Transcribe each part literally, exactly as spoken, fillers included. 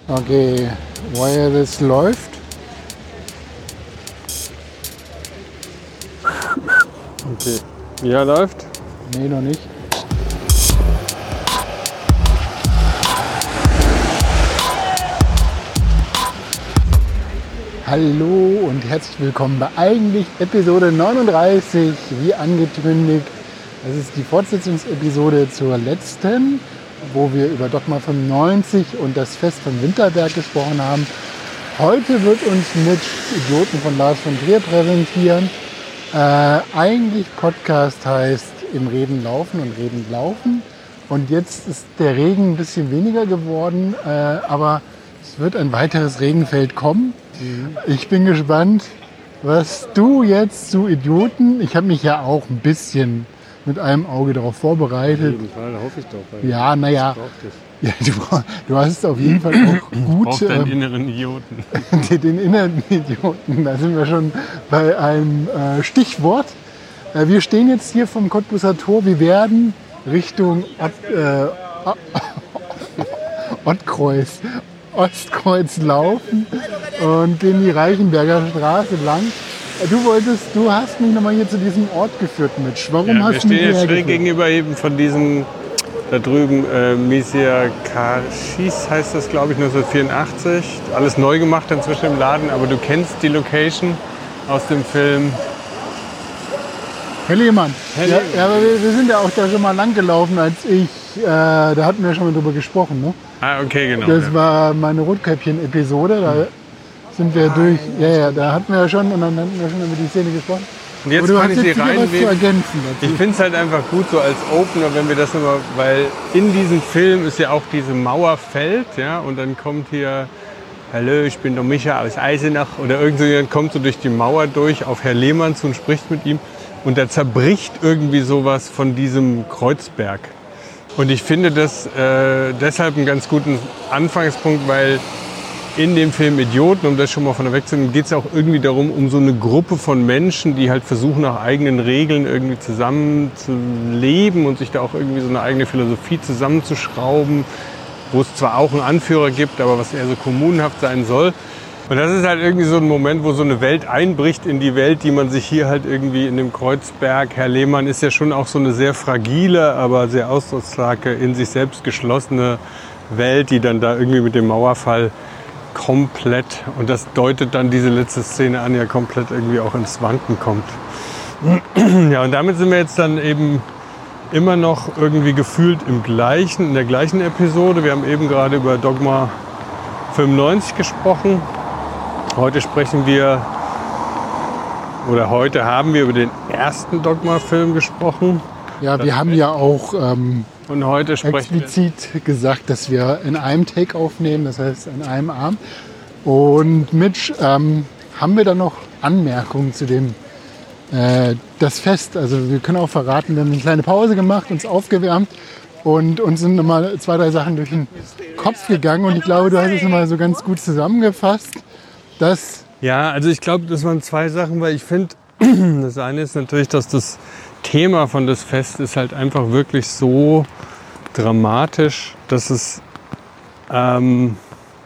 Okay, Wireless läuft. Okay. Ja, läuft? Nee, noch nicht. Hallo und herzlich willkommen bei eigentlich Episode neununddreißig, wie angekündigt. Das ist die Fortsetzungsepisode zur letzten, wo wir über Dogma fünfundneunzig und das Fest von Winterberg gesprochen haben. Heute wird uns mit Idioten von Lars von Trier präsentieren. Äh, eigentlich Podcast heißt im Reden laufen und Reden laufen. Und jetzt ist der Regen ein bisschen weniger geworden, äh, aber es wird ein weiteres Regenfeld kommen. Mhm. Ich bin gespannt, was du jetzt zu Idioten, ich habe mich ja auch ein bisschen mit einem Auge darauf vorbereitet. Auf jeden Fall, hoffe ich doch. Ja, naja, ja, du, du hast auf jeden Fall auch gut... Ich brauch deinen ähm, inneren Idioten. Den inneren Idioten, da sind wir schon bei einem äh, Stichwort. Äh, wir stehen jetzt hier vom Cottbuser Tor, wir werden Richtung Ott, äh, Ottkreuz, Ostkreuz laufen und gehen die Reichenberger Straße lang. Du wolltest, du hast mich nochmal hier zu diesem Ort geführt, Mitch. Warum ja, hast du mich Wir stehen jetzt schräg geführt? gegenüber eben von diesem, da drüben, äh, Misiakashis heißt das, glaube ich, neunzehnhundertvierundachtzig. Alles neu gemacht inzwischen im Laden, aber du kennst die Location aus dem Film. Herr Lehmann, Herr ja, Lehmann. ja, aber wir, wir sind ja auch da schon mal lang gelaufen, als ich, äh, da hatten wir schon mal drüber gesprochen, ne? Ah, okay, genau. Das ja. war meine Rotkäppchen-Episode, da sind wir durch, ja, ja, da hatten wir ja schon, und dann hatten wir schon über die Szene gesprochen. Und jetzt Aber du kann hast ich sie jetzt wieder was zu reinweben. ergänzen dazu. Ich finde es halt einfach gut so als Opener, wenn wir das nochmal, weil in diesem Film ist ja auch diese Mauer fällt, ja, und dann kommt hier, hallo, ich bin der Micha aus Eisenach, oder irgendjemand kommt so durch die Mauer durch auf Herr Lehmann zu und spricht mit ihm und da zerbricht irgendwie sowas von diesem Kreuzberg. Und ich finde das äh, deshalb einen ganz guten Anfangspunkt, weil in dem Film Idioten, um das schon mal von der weg zu nehmen, geht es auch irgendwie darum, um so eine Gruppe von Menschen, die halt versuchen, nach eigenen Regeln irgendwie zusammen zu leben und sich da auch irgendwie so eine eigene Philosophie zusammenzuschrauben, wo es zwar auch einen Anführer gibt, aber was eher so kommunenhaft sein soll. Und das ist halt irgendwie so ein Moment, wo so eine Welt einbricht in die Welt, die man sich hier halt irgendwie in dem Kreuzberg, Herr Lehmann ist ja schon auch so eine sehr fragile, aber sehr ausdrucksstarke, in sich selbst geschlossene Welt, die dann da irgendwie mit dem Mauerfall komplett, und das deutet dann diese letzte Szene an, ja komplett irgendwie auch ins Wanken kommt. Ja, und damit sind wir jetzt dann eben immer noch irgendwie gefühlt im gleichen, in der gleichen Episode. Wir haben eben gerade über Dogma fünfundneunzig gesprochen. Heute sprechen wir, oder heute haben wir über den ersten Dogma-Film gesprochen. Ja, wir haben ja auch ähm, Und heute sprechen wir... explizit gesagt, dass wir in einem Take aufnehmen, das heißt in einem Arm. Und Mitch, ähm, haben wir da noch Anmerkungen zu dem äh, das Fest? Also wir können auch verraten, wir haben eine kleine Pause gemacht, uns aufgewärmt und uns sind nochmal zwei, drei Sachen durch den Kopf gegangen. Und ich glaube, du hast es nochmal so ganz gut zusammengefasst, dass... Ja, also ich glaube, das waren zwei Sachen, weil ich finde, das eine ist natürlich, dass das Thema von das Fest ist halt einfach wirklich so dramatisch, dass es ähm,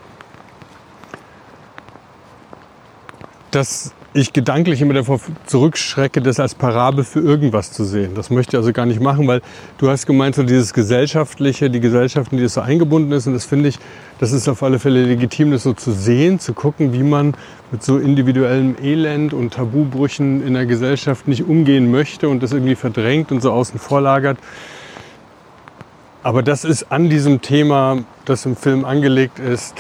dass ich gedanklich immer davor zurückschrecke, das als Parabel für irgendwas zu sehen. Das möchte ich also gar nicht machen, weil du hast gemeint, so dieses Gesellschaftliche, die Gesellschaft, in die das so eingebunden ist. Und das finde ich, das ist auf alle Fälle legitim, das so zu sehen, zu gucken, wie man mit so individuellem Elend und Tabubrüchen in der Gesellschaft nicht umgehen möchte und das irgendwie verdrängt und so außen vor lagert. Aber das ist an diesem Thema, das im Film angelegt ist,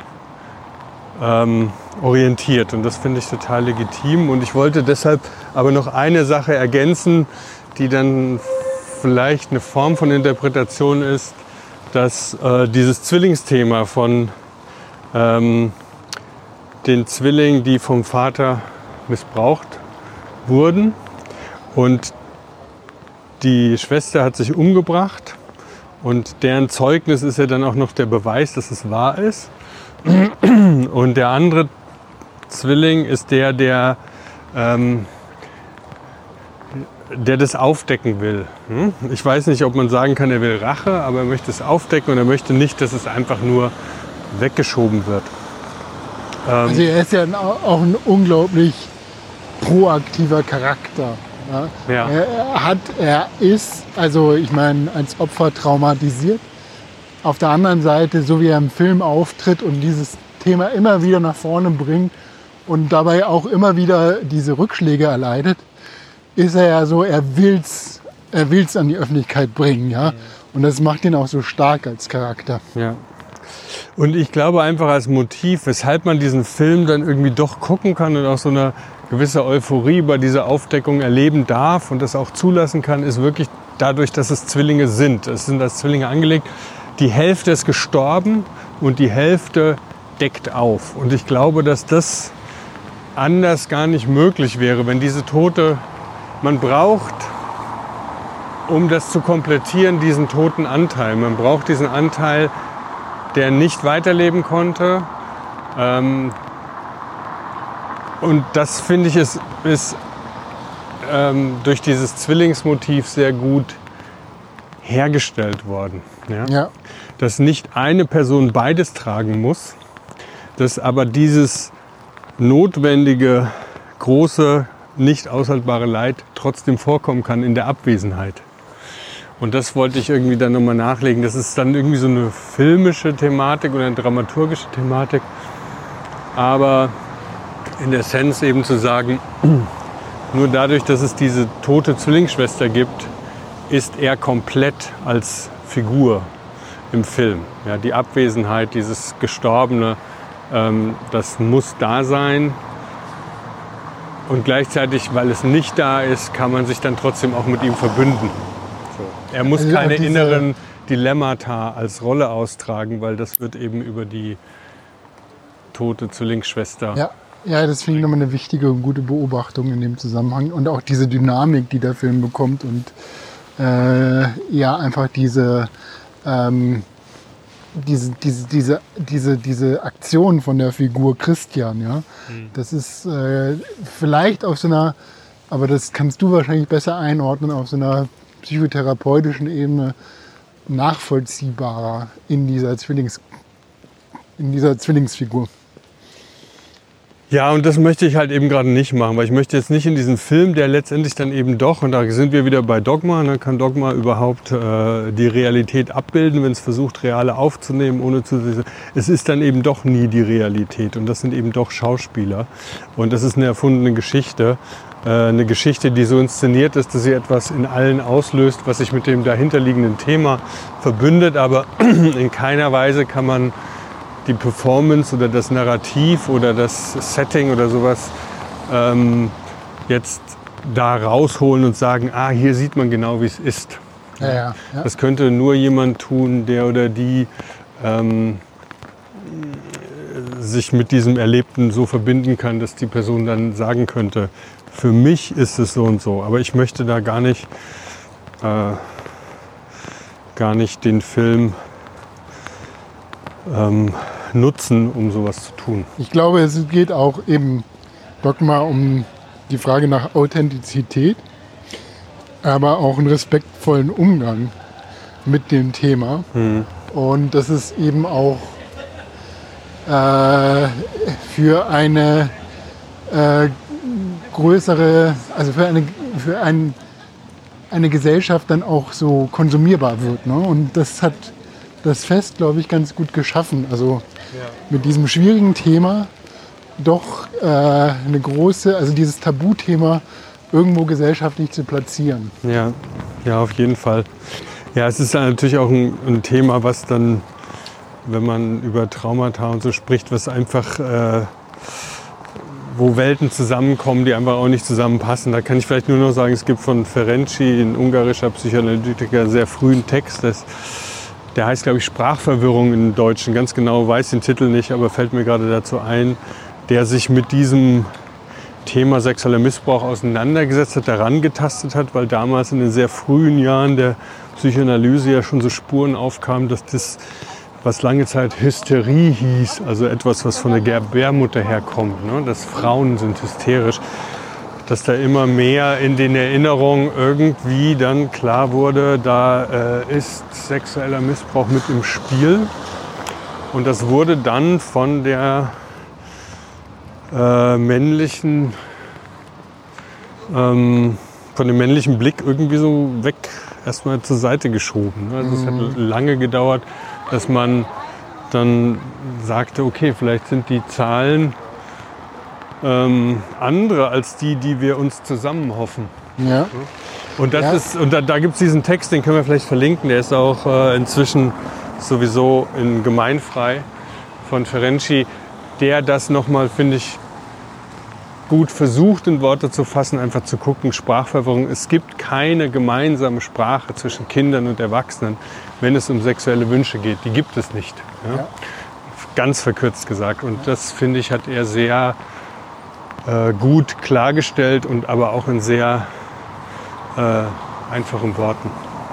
ähm, orientiert. Und das finde ich total legitim. Und ich wollte deshalb aber noch eine Sache ergänzen, die dann vielleicht eine Form von Interpretation ist, dass äh, dieses Zwillingsthema von ähm, den Zwillingen, die vom Vater missbraucht wurden, und die Schwester hat sich umgebracht und deren Zeugnis ist ja dann auch noch der Beweis, dass es wahr ist. Und der andere Zwilling ist der, der, ähm, der das aufdecken will. Ich weiß nicht, ob man sagen kann, er will Rache, aber er möchte es aufdecken und er möchte nicht, dass es einfach nur weggeschoben wird. Ähm, Also er ist ja ein, auch ein unglaublich proaktiver Charakter. Ja? Ja. Er, er hat, er ist, also ich meine, als Opfer traumatisiert. Auf der anderen Seite, so wie er im Film auftritt und dieses Thema immer wieder nach vorne bringt und dabei auch immer wieder diese Rückschläge erleidet, ist er ja so, er will's, er will's an die Öffentlichkeit bringen, ja. Und das macht ihn auch so stark als Charakter. Ja. Und ich glaube einfach als Motiv, weshalb man diesen Film dann irgendwie doch gucken kann und auch so eine gewisse Euphorie bei dieser Aufdeckung erleben darf und das auch zulassen kann, ist wirklich dadurch, dass es Zwillinge sind. Es sind als Zwillinge angelegt. Die Hälfte ist gestorben und die Hälfte deckt auf. Und ich glaube, dass das anders gar nicht möglich wäre, wenn diese Tote, man braucht, um das zu komplettieren, diesen toten Anteil. Man braucht diesen Anteil, der nicht weiterleben konnte. Ähm, und das, finde ich, ist, ist ähm, durch dieses Zwillingsmotiv sehr gut hergestellt worden. Ja? Ja. Dass nicht eine Person beides tragen muss, dass aber dieses notwendige, große, nicht aushaltbare Leid trotzdem vorkommen kann in der Abwesenheit. Und das wollte ich irgendwie dann nochmal nachlegen. Das ist dann irgendwie so eine filmische Thematik oder eine dramaturgische Thematik. Aber in der Essenz eben zu sagen, nur dadurch, dass es diese tote Zwillingsschwester gibt, ist er komplett als Figur im Film. Ja, die Abwesenheit, dieses Gestorbene, ähm, das muss da sein. Und gleichzeitig, weil es nicht da ist, kann man sich dann trotzdem auch mit ihm verbünden. So. Er muss Also keine diese- inneren Dilemmata als Rolle austragen, weil das wird eben über die tote Zwillingsschwester. Ja, ja, das finde ich nochmal eine wichtige und gute Beobachtung in dem Zusammenhang. Und auch diese Dynamik, die der Film bekommt und äh, ja, einfach diese, ähm, diese, diese, diese, diese, diese Aktion von der Figur Christian. Ja? Das ist äh, vielleicht auf so einer, aber das kannst du wahrscheinlich besser einordnen, auf so einer psychotherapeutischen Ebene nachvollziehbarer in dieser, Zwillings, in dieser Zwillingsfigur. Ja, und das möchte ich halt eben gerade nicht machen, weil ich möchte jetzt nicht in diesen Film, der letztendlich dann eben doch, und da sind wir wieder bei Dogma, und dann kann Dogma überhaupt äh, die Realität abbilden, wenn es versucht, Reale aufzunehmen, ohne zu... Es ist dann eben doch nie die Realität und das sind eben doch Schauspieler und das ist eine erfundene Geschichte. Äh, eine Geschichte, die so inszeniert ist, dass sie etwas in allen auslöst, was sich mit dem dahinterliegenden Thema verbündet, aber in keiner Weise kann man die Performance oder das Narrativ oder das Setting oder sowas ähm, jetzt da rausholen und sagen, ah, hier sieht man genau, wie es ist. Ja, ja, ja. Das könnte nur jemand tun, der oder die ähm, sich mit diesem Erlebten so verbinden kann, dass die Person dann sagen könnte, für mich ist es so und so. Aber ich möchte da gar nicht, äh, gar nicht den Film ähm, nutzen, um sowas zu tun. Ich glaube, es geht auch eben Dogma um die Frage nach Authentizität, aber auch einen respektvollen Umgang mit dem Thema. Hm. Und das ist eben auch äh, für eine äh, größere, also für eine, für ein, eine Gesellschaft dann auch so konsumierbar wird. Ne? Und das hat das Fest, glaube ich, ganz gut geschaffen. Also mit diesem schwierigen Thema doch äh, eine große, also dieses Tabuthema irgendwo gesellschaftlich zu platzieren. Ja, ja, auf jeden Fall. Ja, es ist natürlich auch ein, ein Thema, was dann, wenn man über Traumata und so spricht, was einfach, äh, wo Welten zusammenkommen, die einfach auch nicht zusammenpassen. Da kann ich vielleicht nur noch sagen, es gibt von Ferenczi, ein ungarischer Psychoanalytiker, einen sehr frühen Text, das Der heißt, glaube ich, Sprachverwirrung im Deutschen. Ganz genau weiß den Titel nicht, aber fällt mir gerade dazu ein, der sich mit diesem Thema sexueller Missbrauch auseinandergesetzt hat, daran getastet hat, weil damals in den sehr frühen Jahren der Psychoanalyse ja schon so Spuren aufkamen, dass das, was lange Zeit Hysterie hieß, also etwas, was von der Gebärmutter herkommt, ne? Dass Frauen sind hysterisch, dass da immer mehr in den Erinnerungen irgendwie dann klar wurde, da äh, ist sexueller Missbrauch mit im Spiel. Und das wurde dann von der äh, männlichen, ähm, von dem männlichen Blick irgendwie so weg erstmal zur Seite geschoben. Also mhm. es hat lange gedauert, dass man dann sagte, okay, vielleicht sind die Zahlen ähm, andere als die, die wir uns zusammen hoffen. Ja. Und, das ja. ist, und da, da gibt es diesen Text, den können wir vielleicht verlinken, der ist auch äh, inzwischen sowieso in gemeinfrei von Ferenczi, der das nochmal, finde ich, gut versucht in Worte zu fassen, einfach zu gucken, Sprachverwirrung. Es gibt keine gemeinsame Sprache zwischen Kindern und Erwachsenen, wenn es um sexuelle Wünsche geht. Die gibt es nicht. Ja? Ja. Ganz verkürzt gesagt. Und das, finde ich, hat er sehr äh, gut klargestellt und aber auch in sehr äh, einfachen Worten.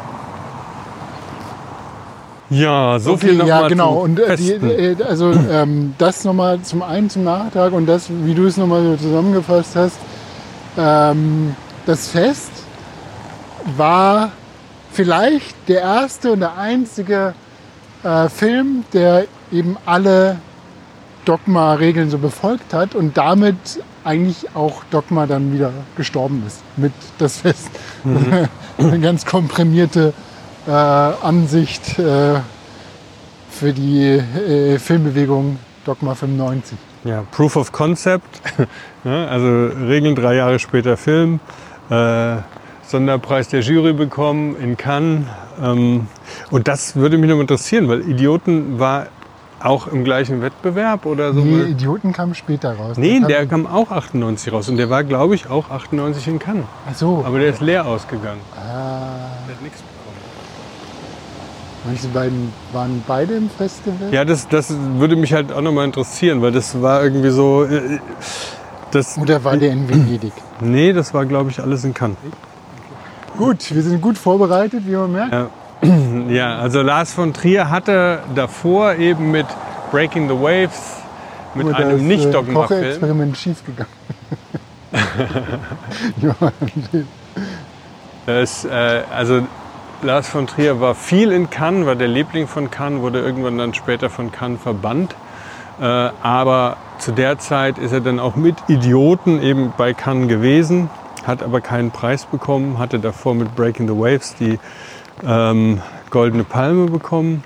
Ja, so okay, viel nochmal. Ja, genau. Und äh, die, äh, also ähm, das nochmal zum einen zum Nachtrag und das, wie du es nochmal so zusammengefasst hast. Ähm, das Fest war vielleicht der erste und der einzige äh, Film, der eben alle Dogma-Regeln so befolgt hat und damit eigentlich auch Dogma dann wieder gestorben ist mit das Fest. Mhm. Eine ganz komprimierte Äh, Ansicht äh, für die äh, Filmbewegung Dogma fünfundneunzig. Ja, Proof of Concept, ja, also Regeln drei Jahre später Film, äh, Sonderpreis der Jury bekommen in Cannes. Ähm, und das würde mich noch interessieren, weil Idioten war auch im gleichen Wettbewerb oder so? Nee, Idioten kam später raus. Nee, der, der kam auch achtundneunzig raus und der war, glaube ich, auch achtundneunzig in Cannes. Ach so. Aber der ist leer ausgegangen. Ah. Der hat nichts bekommen. Manche beiden waren beide im Festival? Ja, das, das würde mich halt auch nochmal interessieren, weil das war irgendwie so... Äh, das, Oder war der in Venedig? Nee, das war, glaube ich, alles in Cannes. Gut, wir sind gut vorbereitet, wie man merkt. Ja. Ja, also Lars von Trier hatte davor eben mit Breaking the Waves, mit Oder einem Nicht-Dogma-Film... Das Kochexperiment schiefgegangen. das, äh, also Lars von Trier war viel in Cannes, war der Liebling von Cannes, wurde irgendwann dann später von Cannes verbannt. Äh, aber zu der Zeit ist er dann auch mit Idioten eben bei Cannes gewesen, hat aber keinen Preis bekommen, hatte davor mit Breaking the Waves die ähm, Goldene Palme bekommen.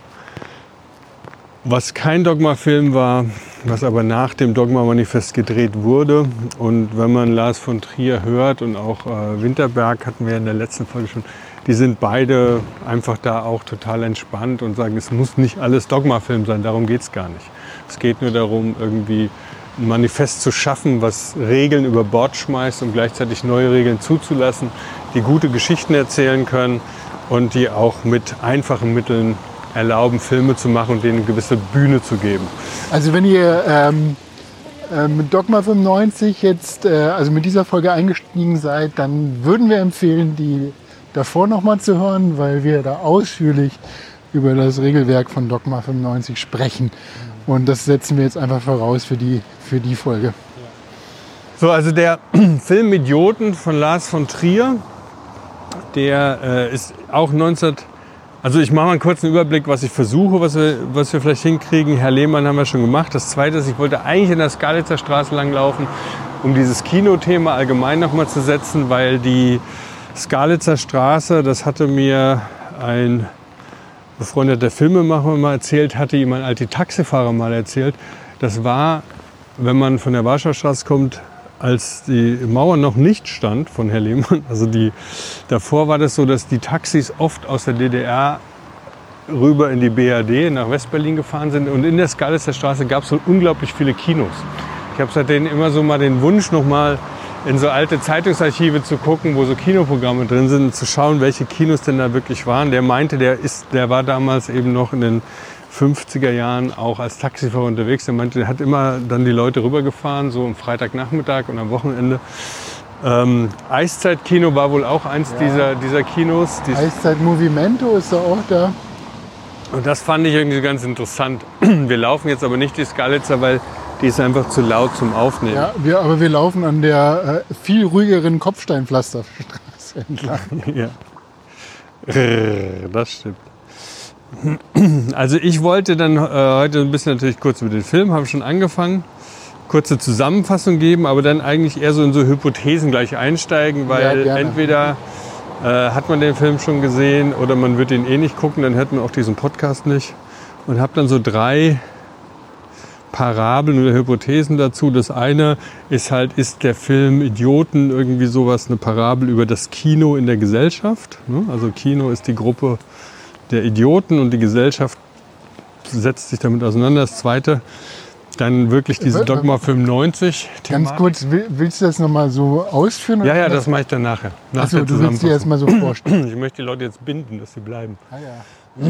Was kein Dogma-Film war, was aber nach dem Dogma-Manifest gedreht wurde. Und wenn man Lars von Trier hört und auch äh, Winterberg hatten wir in der letzten Folge schon, die sind beide einfach da auch total entspannt und sagen, es muss nicht alles Dogma-Film sein, darum geht es gar nicht. Es geht nur darum, irgendwie ein Manifest zu schaffen, was Regeln über Bord schmeißt und gleichzeitig neue Regeln zuzulassen, die gute Geschichten erzählen können und die auch mit einfachen Mitteln erlauben, Filme zu machen und denen eine gewisse Bühne zu geben. Also wenn ihr ähm, äh, mit Dogma fünfundneunzig jetzt, äh, also mit dieser Folge eingestiegen seid, dann würden wir empfehlen, die davor nochmal zu hören, weil wir da ausführlich über das Regelwerk von Dogma fünfundneunzig sprechen. Und das setzen wir jetzt einfach voraus für die, für die Folge. So, also der Film Idioten von Lars von Trier, der äh, ist auch neunzehn... Also ich mache mal einen kurzen Überblick, was ich versuche, was wir, was wir vielleicht hinkriegen. Herr Lehmann haben wir schon gemacht. Das Zweite ist, ich wollte eigentlich in der Skalitzer Straße langlaufen, um dieses Kinothema allgemein nochmal zu setzen, weil die Skalitzer Straße, das hatte mir ein befreundeter Filmemacher mal erzählt, hatte ihm ein alter Taxifahrer mal erzählt. Das war, wenn man von der Warschauer Straße kommt, als die Mauer noch nicht stand von Herr Lehmann. Also die, davor war das so, dass die Taxis oft aus der D D R rüber in die B R D nach Westberlin gefahren sind. Und in der Skalitzer Straße gab es so unglaublich viele Kinos. Ich habe seitdem immer so mal den Wunsch, noch mal in so alte Zeitungsarchive zu gucken, wo so Kinoprogramme drin sind und zu schauen, welche Kinos denn da wirklich waren. Der meinte, der, ist, der war damals eben noch in den fünfziger Jahren auch als Taxifahrer unterwegs. Der meinte, der hat immer dann die Leute rübergefahren, so am Freitagnachmittag und am Wochenende. Ähm, Eiszeit-Kino war wohl auch eins ja. dieser, dieser Kinos. Eiszeit-Movimento ist da auch da. Und das fand ich irgendwie ganz interessant. Wir laufen jetzt aber nicht die Skalitzer, weil die ist einfach zu laut zum Aufnehmen. Ja, wir, aber wir laufen an der äh, viel ruhigeren Kopfsteinpflasterstraße entlang. Ja, das stimmt. Also ich wollte dann äh, heute ein bisschen natürlich kurz über den Film, habe schon angefangen, kurze Zusammenfassung geben, aber dann eigentlich eher so in so Hypothesen gleich einsteigen, weil Ja, entweder äh, hat man den Film schon gesehen oder man wird ihn eh nicht gucken, dann hört man auch diesen Podcast nicht. Und habe dann so drei Parabeln oder Hypothesen dazu. Das eine ist halt, ist der Film Idioten irgendwie sowas, eine Parabel über das Kino in der Gesellschaft? Also Kino ist die Gruppe der Idioten und die Gesellschaft setzt sich damit auseinander. Das zweite, dann wirklich diese Dogma fünfundneunzig. Ganz kurz, willst du das nochmal so ausführen? Ja, ja, das mache ich dann nachher. Nach Achso, du willst dir erst mal so vorstellen. Ich möchte die Leute jetzt binden, dass sie bleiben. Ah, ja.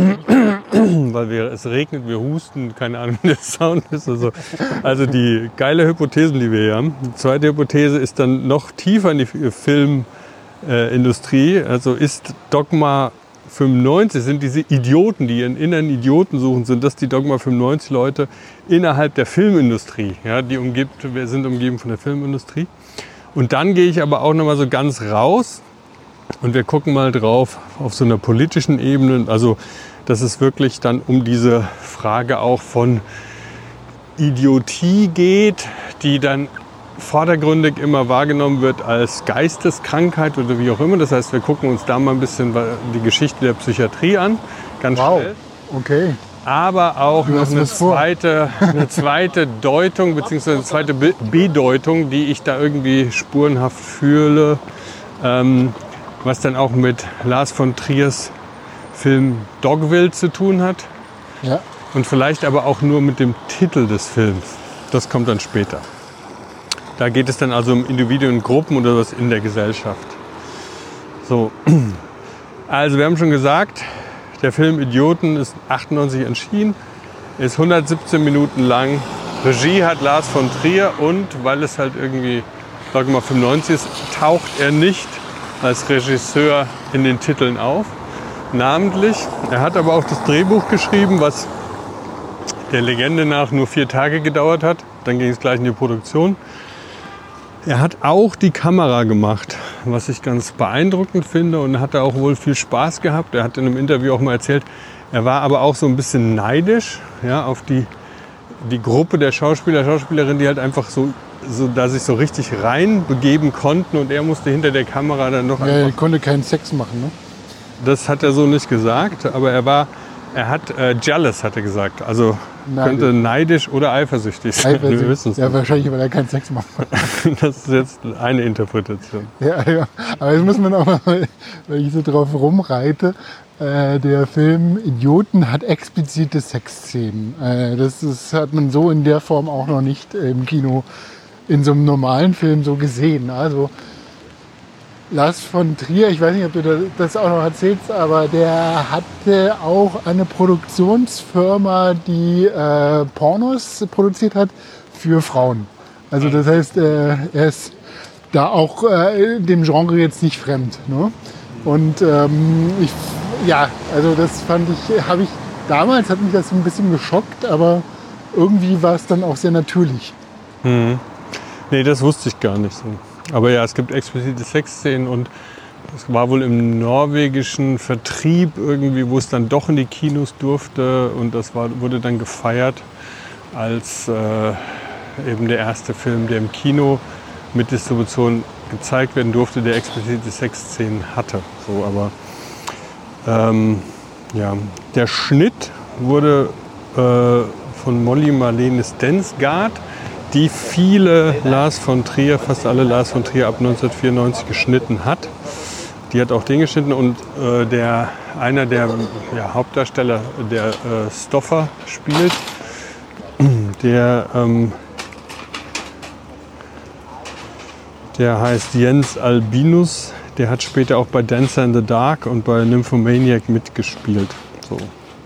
Weil wir, es regnet, wir husten, keine Ahnung, wie der Sound ist. Also, also die geile Hypothesen, die wir hier haben. Die zweite Hypothese ist dann noch tiefer in die Filmindustrie. Äh, also ist Dogma fünfundneunzig, sind diese Idioten, die ihren inneren Idioten suchen, sind das die Dogma fünfundneunzig Leute innerhalb der Filmindustrie. Ja, die umgibt, wir sind umgeben von der Filmindustrie. Und dann gehe ich aber auch noch mal so ganz raus. Und wir gucken mal drauf auf so einer politischen Ebene, also dass es wirklich dann um diese Frage auch von Idiotie geht, die dann vordergründig immer wahrgenommen wird als Geisteskrankheit oder wie auch immer. Das heißt, wir gucken uns da mal ein bisschen die Geschichte der Psychiatrie an, ganz wow. schnell. Okay. Aber auch noch eine zweite, eine zweite Deutung bzw. eine zweite Be- Bedeutung, die ich da irgendwie spurenhaft fühle. Ähm, was dann auch mit Lars von Triers Film Dogville zu tun hat. Ja. Und vielleicht aber auch nur mit dem Titel des Films. Das kommt dann später. Da geht es dann also um Individuen, Gruppen oder was in der Gesellschaft. So. Also wir haben schon gesagt, der Film Idioten ist achtundneunzig erschienen, ist hundertsiebzehn Minuten lang. Regie hat Lars von Trier und weil es halt irgendwie Dogma fünfundneunzig ist, taucht er nicht als Regisseur in den Titeln auf, namentlich. Er hat aber auch das Drehbuch geschrieben, was der Legende nach nur vier Tage gedauert hat. Dann ging es gleich in die Produktion. Er hat auch die Kamera gemacht, was ich ganz beeindruckend finde und hat da auch wohl viel Spaß gehabt. Er hat in einem Interview auch mal erzählt, er war aber auch so ein bisschen neidisch, ja, auf die, die Gruppe der Schauspieler, Schauspielerinnen, die halt einfach so so, da sich so richtig reinbegeben konnten und er musste hinter der Kamera dann noch... Ja, er konnte keinen Sex machen, ne? Das hat er so nicht gesagt, aber er war, er hat äh, jealous, hat er gesagt. Also neidisch. Könnte neidisch oder eifersüchtig sein. Eifersüchtig. Wir wissen es ja, nicht. Wahrscheinlich, weil er keinen Sex macht. Das ist jetzt eine Interpretation. Ja, ja. Aber jetzt muss man auch mal, weil ich so drauf rumreite, äh, der Film Idioten hat explizite Sexszenen. Äh, das ist, hat man so in der Form auch noch nicht äh, im Kino in so einem normalen Film so gesehen. Also Lars von Trier, ich weiß nicht, ob du das auch noch erzählst, aber der hatte auch eine Produktionsfirma, die äh, Pornos produziert hat für Frauen. Also das heißt, äh, er ist da auch äh, dem Genre jetzt nicht fremd. Ne? Und ähm, ich, ja, also das fand ich, habe ich damals, hat mich das ein bisschen geschockt, aber irgendwie war es dann auch sehr natürlich. Hm. Nee, das wusste ich gar nicht so. Aber ja, es gibt explizite Sexszenen und es war wohl im norwegischen Vertrieb irgendwie, wo es dann doch in die Kinos durfte und das war, wurde dann gefeiert als äh, eben der erste Film, der im Kino mit Distribution gezeigt werden durfte, der explizite Sexszenen hatte. So, aber ähm, ja, der Schnitt wurde äh, von Molly Marlene Stensgaard, die viele Lars von Trier, fast alle Lars von Trier ab neunzehnhundertvierundneunzig geschnitten hat. Die hat auch den geschnitten und äh, der, einer der ja, Hauptdarsteller, der äh, Stoffer spielt, der, ähm, der heißt Jens Albinus. Der hat später auch bei Dancer in the Dark und bei Nymphomaniac mitgespielt. So.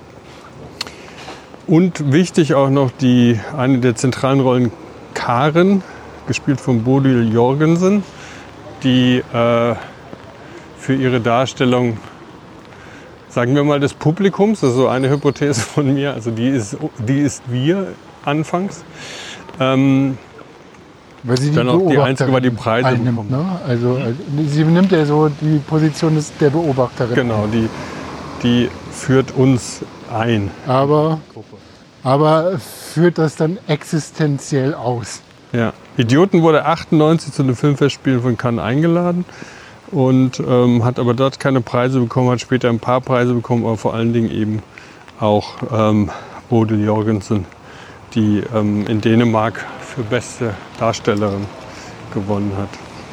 Und wichtig auch noch die, eine der zentralen Rollen, Karen, gespielt von Bodil Jorgensen, die äh, für ihre Darstellung, sagen wir mal, des Publikums, das ist so eine Hypothese von mir, also die ist, die ist wir anfangs, ähm, weil sie die dann auch die einzige war, die Preise einnimmt, bekommt. Ne? Also, also sie nimmt ja so die Position des, der Beobachterin. Genau, die, die führt uns ein. Aber, aber führt das dann existenziell aus. Ja. Idioten wurde achtundneunzig zu den Filmfestspielen von Cannes eingeladen und ähm, hat aber dort keine Preise bekommen, hat später ein paar Preise bekommen, aber vor allen Dingen eben auch ähm, Bodil Jorgensen, die ähm, in Dänemark für beste Darstellerin gewonnen hat.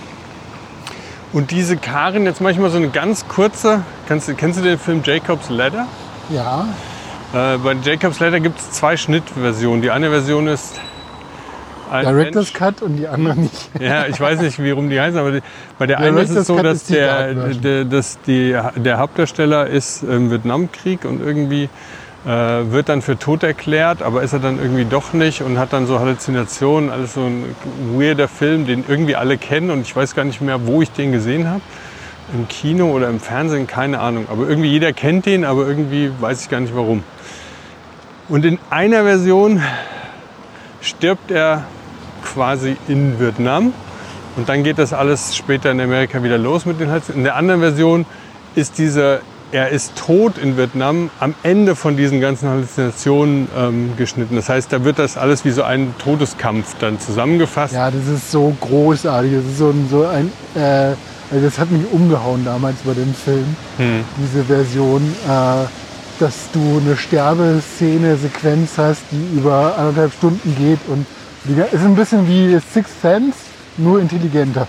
Und diese Karen, jetzt manchmal so eine ganz kurze, kennst, kennst du den Film Jacob's Ladder? Ja. Äh, bei Jacob's Ladder gibt es zwei Schnittversionen. Die eine Version ist ein Director's Mensch, Cut und die andere nicht. ja, ich weiß nicht, wie rum die heißen, aber die, bei der einen ist es so, dass, der, der, dass die, der Hauptdarsteller ist im Vietnamkrieg und irgendwie äh, wird dann für tot erklärt, aber ist er dann irgendwie doch nicht und hat dann so Halluzinationen. Alles so ein weirder Film, den irgendwie alle kennen und ich weiß gar nicht mehr, wo ich den gesehen habe. Im Kino oder im Fernsehen, keine Ahnung. Aber irgendwie jeder kennt den, aber irgendwie weiß ich gar nicht warum. Und in einer Version stirbt er quasi in Vietnam und dann geht das alles später in Amerika wieder los mit den Halluzinationen. In der anderen Version ist dieser, er ist tot in Vietnam am Ende von diesen ganzen Halluzinationen ähm, geschnitten. Das heißt, da wird das alles wie so ein Todeskampf dann zusammengefasst. Ja, das ist so großartig. Das ist so ein, so ein äh, also das hat mich umgehauen damals bei dem Film, hm. diese Version, äh, dass du eine Sterbeszene, Sequenz hast, die über anderthalb Stunden geht und die, ist ein bisschen wie Sixth Sense, nur intelligenter.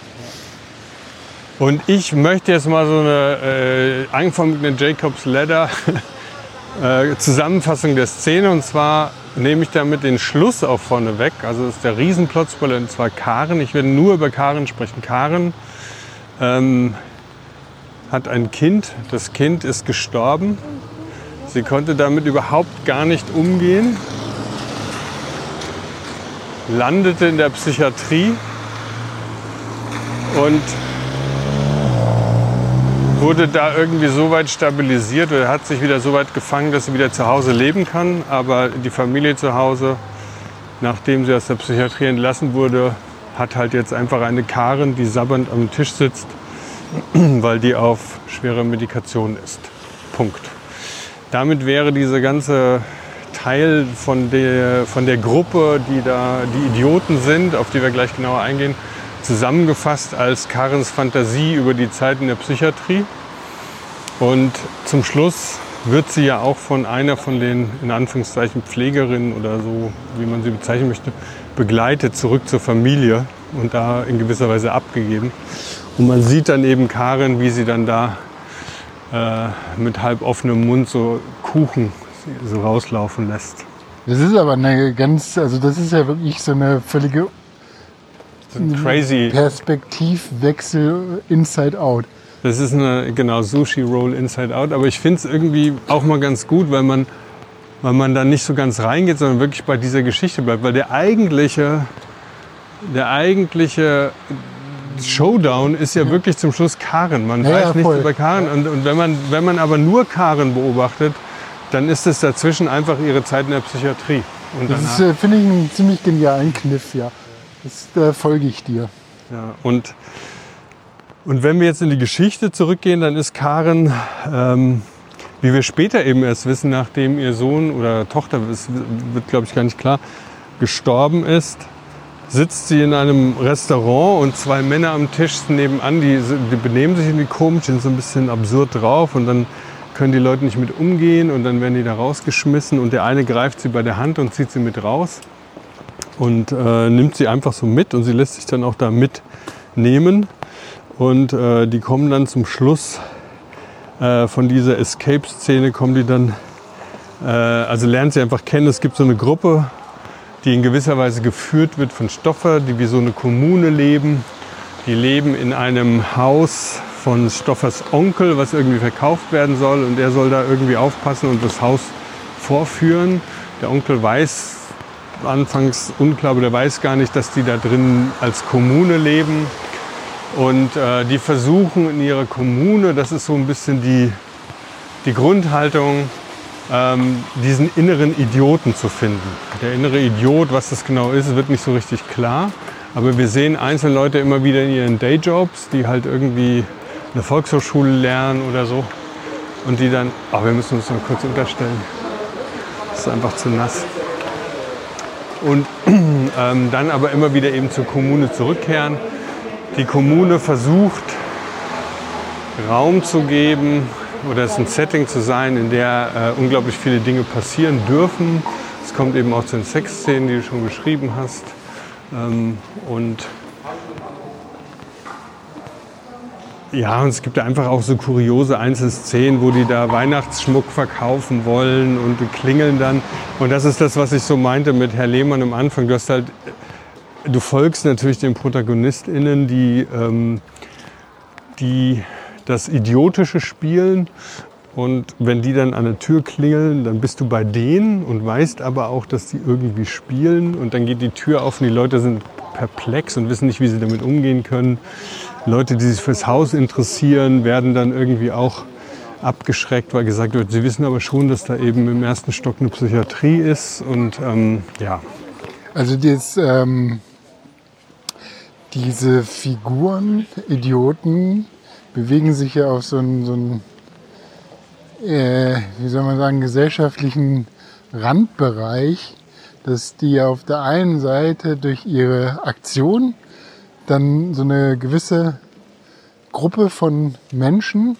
Und ich möchte jetzt mal so eine, äh, angefangen mit einer Jacob's Ladder äh, Zusammenfassung der Szene, und zwar nehme ich damit den Schluss auch vorne weg. Also das ist der Riesenplotspoiler, und zwar Karen. Ich werde nur über Karen sprechen. Karen ähm, hat ein Kind. Das Kind ist gestorben. Sie konnte damit überhaupt gar nicht umgehen. Landete in der Psychiatrie und wurde da irgendwie so weit stabilisiert oder hat sich wieder so weit gefangen, dass sie wieder zu Hause leben kann. Aber die Familie zu Hause, nachdem sie aus der Psychiatrie entlassen wurde, hat halt jetzt einfach eine Karen, die sabbernd am Tisch sitzt, weil die auf schwere Medikation ist. Punkt. Damit wäre diese ganze Teil von der, von der Gruppe, die da die Idioten sind, auf die wir gleich genauer eingehen, zusammengefasst als Karens Fantasie über die Zeit in der Psychiatrie. Und zum Schluss wird sie ja auch von einer von den, in Anführungszeichen, Pflegerinnen oder so, wie man sie bezeichnen möchte, begleitet zurück zur Familie und da in gewisser Weise abgegeben. Und man sieht dann eben Karen, wie sie dann da äh, mit halb offenem Mund so Kuchen so rauslaufen lässt. Das ist aber eine ganz, also das ist ja wirklich so eine völlige so ein crazy Perspektivwechsel Inside Out. Das ist eine, genau, Sushi Roll Inside Out, aber ich finde es irgendwie auch mal ganz gut, weil man, weil man da nicht so ganz reingeht, sondern wirklich bei dieser Geschichte bleibt, weil der eigentliche, der eigentliche Showdown ist ja, ja wirklich zum Schluss Karen. Man ja, weiß ja, nichts über Karen und, und wenn man, wenn man aber nur Karen beobachtet, dann ist es dazwischen einfach ihre Zeit in der Psychiatrie. Und das äh, finde ich einen ziemlich genialen Kniff, ja. Das äh, folge ich dir. Ja, und, und wenn wir jetzt in die Geschichte zurückgehen, dann ist Karen, ähm, wie wir später eben erst wissen, nachdem ihr Sohn oder Tochter, es wird glaube ich gar nicht klar, gestorben ist, sitzt sie in einem Restaurant und zwei Männer am Tisch nebenan, die, die benehmen sich irgendwie komisch, sind so ein bisschen absurd drauf und dann können die Leute nicht mit umgehen und dann werden die da rausgeschmissen und der eine greift sie bei der Hand und zieht sie mit raus und äh, nimmt sie einfach so mit und sie lässt sich dann auch da mitnehmen und äh, die kommen dann zum Schluss äh, von dieser Escape-Szene, kommen die dann, äh, also lernen sie einfach kennen, es gibt so eine Gruppe, die in gewisser Weise geführt wird von Stoffer, die wie so eine Kommune leben, die leben in einem Haus von Stoffers Onkel, was irgendwie verkauft werden soll und er soll da irgendwie aufpassen und das Haus vorführen. Der Onkel weiß, anfangs unklar, aber der weiß gar nicht, dass die da drin als Kommune leben und äh, die versuchen in ihrer Kommune, das ist so ein bisschen die, die Grundhaltung, ähm, diesen inneren Idioten zu finden. Der innere Idiot, was das genau ist, wird nicht so richtig klar, aber wir sehen einzelne Leute immer wieder in ihren Dayjobs, die halt irgendwie eine Volkshochschule lernen oder so und die dann, ach, wir müssen uns noch kurz unterstellen. Es ist einfach zu nass. Und ähm, dann aber immer wieder eben zur Kommune zurückkehren. Die Kommune versucht, Raum zu geben oder es ein Setting zu sein, in der äh, unglaublich viele Dinge passieren dürfen. Es kommt eben auch zu den Sexszenen, die du schon beschrieben hast. Ähm, und ja, und es gibt einfach auch so kuriose Einzelszenen, wo die da Weihnachtsschmuck verkaufen wollen und die klingeln dann. Und das ist das, was ich so meinte mit Herr Lehmann am Anfang. Du hast halt, du folgst natürlich den ProtagonistInnen, die, ähm, die das Idiotische spielen. Und wenn die dann an der Tür klingeln, dann bist du bei denen und weißt aber auch, dass die irgendwie spielen. Und dann geht die Tür auf und die Leute sind perplex und wissen nicht, wie sie damit umgehen können. Leute, die sich fürs Haus interessieren, werden dann irgendwie auch abgeschreckt, weil gesagt wird, sie wissen aber schon, dass da eben im ersten Stock eine Psychiatrie ist. Und ähm, ja. Also das, ähm, diese Figuren, Idioten, bewegen sich ja auf so einen, so einen äh, wie soll man sagen, gesellschaftlichen Randbereich, dass die auf der einen Seite durch ihre Aktion dann so eine gewisse Gruppe von Menschen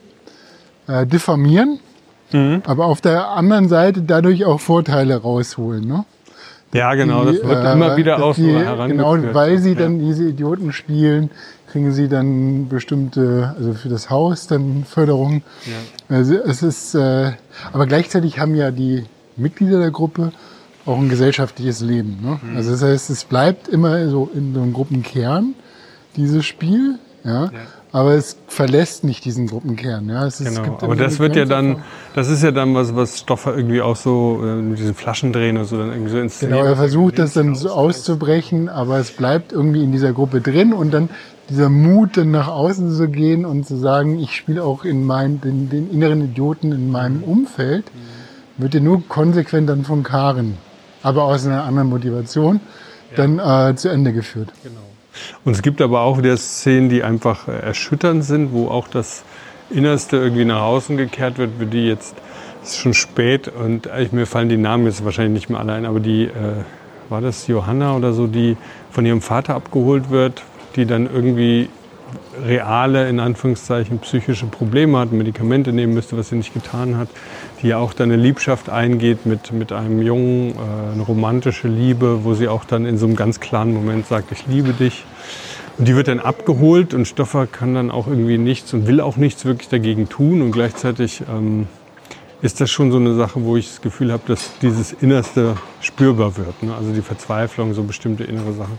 äh, diffamieren, mhm. aber auf der anderen Seite dadurch auch Vorteile rausholen. Ne? Ja, genau, die, das wird äh, immer wieder aus die, herangeführt. Genau, weil sie ja. dann diese Idioten spielen, kriegen sie dann bestimmte, also für das Haus dann Förderung. Ja. Also es ist, äh, aber gleichzeitig haben ja die Mitglieder der Gruppe auch ein gesellschaftliches Leben. Ne? Mhm. Also das heißt, es bleibt immer so in so einem Gruppenkern, dieses Spiel, ja, ja. aber es verlässt nicht diesen Gruppenkern. Ja? Es ist, genau, es gibt aber das wird ja dann, das ist ja dann was, was Stoffer irgendwie auch so äh, mit diesen Flaschendrehen und so dann irgendwie so inszeniert. Genau, er versucht das dann so auszubrechen, aber es bleibt irgendwie in dieser Gruppe drin und dann dieser Mut, dann nach außen zu gehen und zu sagen, ich spiele auch in mein, den, den inneren Idioten in meinem Umfeld, mhm. wird ja nur konsequent dann von Karen, aber aus einer anderen Motivation, ja. dann äh, zu Ende geführt. Genau. Und es gibt aber auch wieder Szenen, die einfach äh, erschütternd sind, wo auch das Innerste irgendwie nach außen gekehrt wird, wie die jetzt, es ist schon spät und äh, mir fallen die Namen jetzt wahrscheinlich nicht mehr alle ein, aber die, äh, war das Johanna oder so, die von ihrem Vater abgeholt wird, die dann irgendwie reale, in Anführungszeichen, psychische Probleme hat, Medikamente nehmen müsste, was sie nicht getan hat, die ja auch dann eine Liebschaft eingeht mit, mit einem Jungen, äh, eine romantische Liebe, wo sie auch dann in so einem ganz klaren Moment sagt, ich liebe dich. Und die wird dann abgeholt und Stoffer kann dann auch irgendwie nichts und will auch nichts wirklich dagegen tun. Und gleichzeitig ähm, ist das schon so eine Sache, wo ich das Gefühl habe, dass dieses Innerste spürbar wird. Ne? Also die Verzweiflung, so bestimmte innere Sachen.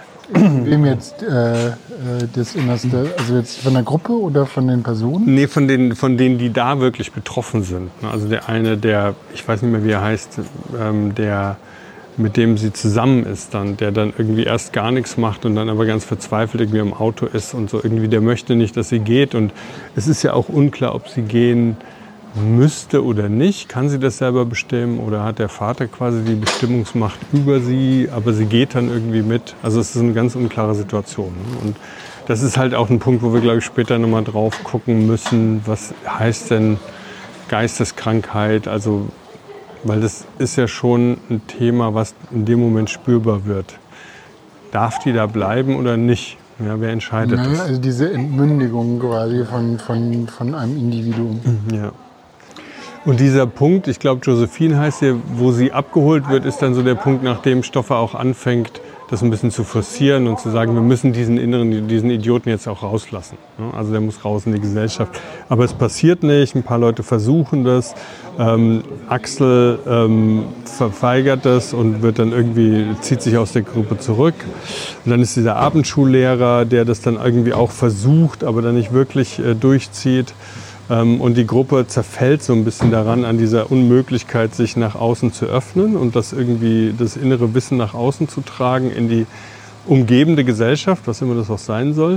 Wem jetzt äh, das Innerste, also jetzt von der Gruppe oder von den Personen? Nee, von, den, von denen, die da wirklich betroffen sind. Also der eine, der, ich weiß nicht mehr, wie er heißt, ähm, der, mit dem sie zusammen ist dann, der dann irgendwie erst gar nichts macht und dann aber ganz verzweifelt irgendwie im Auto ist und so irgendwie, der möchte nicht, dass sie geht. Und es ist ja auch unklar, ob sie gehen müsste oder nicht. Kann sie das selber bestimmen oder hat der Vater quasi die Bestimmungsmacht über sie, aber sie geht dann irgendwie mit. Also es ist eine ganz unklare Situation. Und das ist halt auch ein Punkt, wo wir, glaube ich, später nochmal drauf gucken müssen, was heißt denn Geisteskrankheit? Also, weil das ist ja schon ein Thema, was in dem Moment spürbar wird. Darf die da bleiben oder nicht? Ja, wer entscheidet naja, das? Also diese Entmündigung quasi von, von, von einem Individuum. Ja. Und dieser Punkt, ich glaube Josephine heißt hier, wo sie abgeholt wird, ist dann so der Punkt, nachdem Stoffer auch anfängt, das ein bisschen zu forcieren und zu sagen, wir müssen diesen inneren, diesen Idioten jetzt auch rauslassen. Also der muss raus in die Gesellschaft. Aber es passiert nicht, ein paar Leute versuchen das. Ähm, Axel ähm, verweigert das und wird dann irgendwie, zieht sich aus der Gruppe zurück. Und dann ist dieser Abendschullehrer, der das dann irgendwie auch versucht, aber dann nicht wirklich äh, durchzieht. Und die Gruppe zerfällt so ein bisschen daran, an dieser Unmöglichkeit, sich nach außen zu öffnen und das irgendwie, das innere Wissen nach außen zu tragen in die umgebende Gesellschaft, was immer das auch sein soll.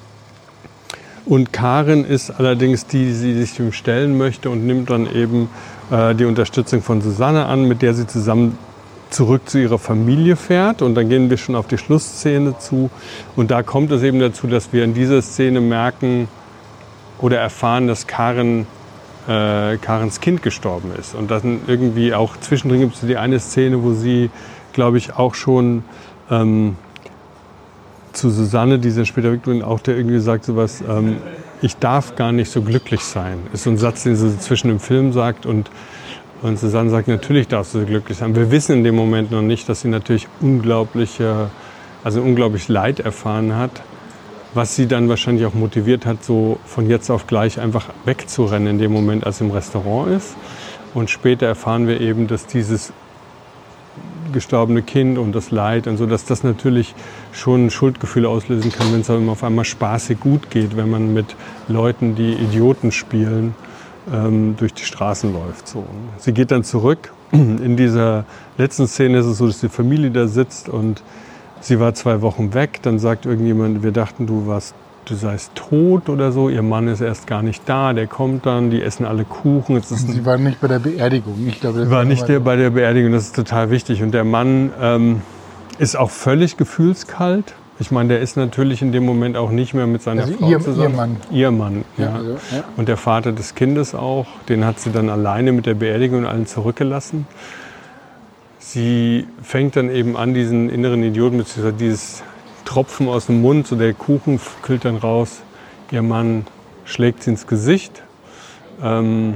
Und Karen ist allerdings die, die sich dem stellen möchte und nimmt dann eben äh, die Unterstützung von Susanne an, mit der sie zusammen zurück zu ihrer Familie fährt. Und dann gehen wir schon auf die Schlussszene zu. Und da kommt es eben dazu, dass wir in dieser Szene merken, oder erfahren, dass Karen äh, Karens Kind gestorben ist. Und dann irgendwie auch zwischendrin gibt es die eine Szene, wo sie, glaube ich, auch schon ähm, zu Susanne, dieser später Victorin, auch der irgendwie sagt sowas, ähm, ich darf gar nicht so glücklich sein. Ist so ein Satz, den sie zwischen dem Film sagt und, und Susanne sagt, natürlich darfst du so glücklich sein. Wir wissen in dem Moment noch nicht, dass sie natürlich unglaubliche, also unglaublich Leid erfahren hat, was sie dann wahrscheinlich auch motiviert hat, so von jetzt auf gleich einfach wegzurennen in dem Moment, als sie im Restaurant ist. Und später erfahren wir eben, dass dieses gestorbene Kind und das Leid und so, dass das natürlich schon Schuldgefühle auslösen kann, wenn es aber auf einmal spaßig gut geht, wenn man mit Leuten, die Idioten spielen, ähm, durch die Straßen läuft. So. Sie geht dann zurück. In dieser letzten Szene ist es so, dass die Familie da sitzt und sie war zwei Wochen weg. Dann sagt irgendjemand, wir dachten, du warst, du seist tot oder so. Ihr Mann ist erst gar nicht da, der kommt dann, die essen alle Kuchen. Jetzt ist sie war nicht bei der Beerdigung. Ich glaube, das war nicht der, bei der Beerdigung, das ist total wichtig. Und der Mann ähm, ist auch völlig gefühlskalt. Ich meine, der ist natürlich in dem Moment auch nicht mehr mit seiner also Frau ihr, zusammen. Ihr Mann. Ihr Mann, ja. Ja, also, ja. Und der Vater des Kindes auch, den hat sie dann alleine mit der Beerdigung und allen zurückgelassen. Sie fängt dann eben an, diesen inneren Idioten, beziehungsweise dieses Tropfen aus dem Mund, so der Kuchen kühlt dann raus. Ihr Mann schlägt sie ins Gesicht. Ähm,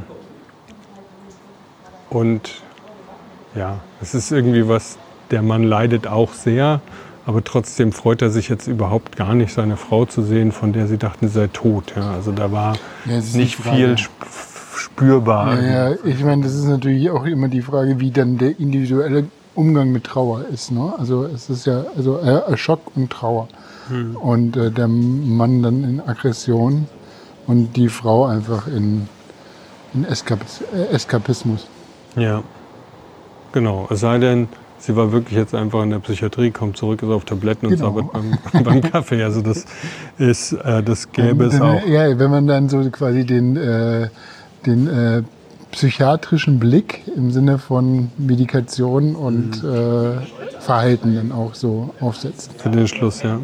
und ja, es ist irgendwie was, der Mann leidet auch sehr, aber trotzdem freut er sich jetzt überhaupt gar nicht, seine Frau zu sehen, von der sie dachten, sie sei tot. Ja, also da war ja, nicht viel sp- spürbar. Ja, ja, ich meine, das ist natürlich auch immer die Frage, wie dann der individuelle Umgang mit Trauer ist. Ne? Also es ist ja also äh, Schock und Trauer. Hm. Und äh, der Mann dann in Aggression und die Frau einfach in, in Eskap- äh, Eskapismus. Ja, genau. Es sei denn, sie war wirklich jetzt einfach in der Psychiatrie, kommt zurück, ist auf Tabletten und genau. sabbert beim, beim Kaffee. Also das ist, äh, das gäbe es auch. Ja, wenn man dann so quasi den, äh, den äh, psychiatrischen Blick im Sinne von Medikation und mhm. äh, Verhalten dann auch so aufsetzt. Für den Schluss, ja.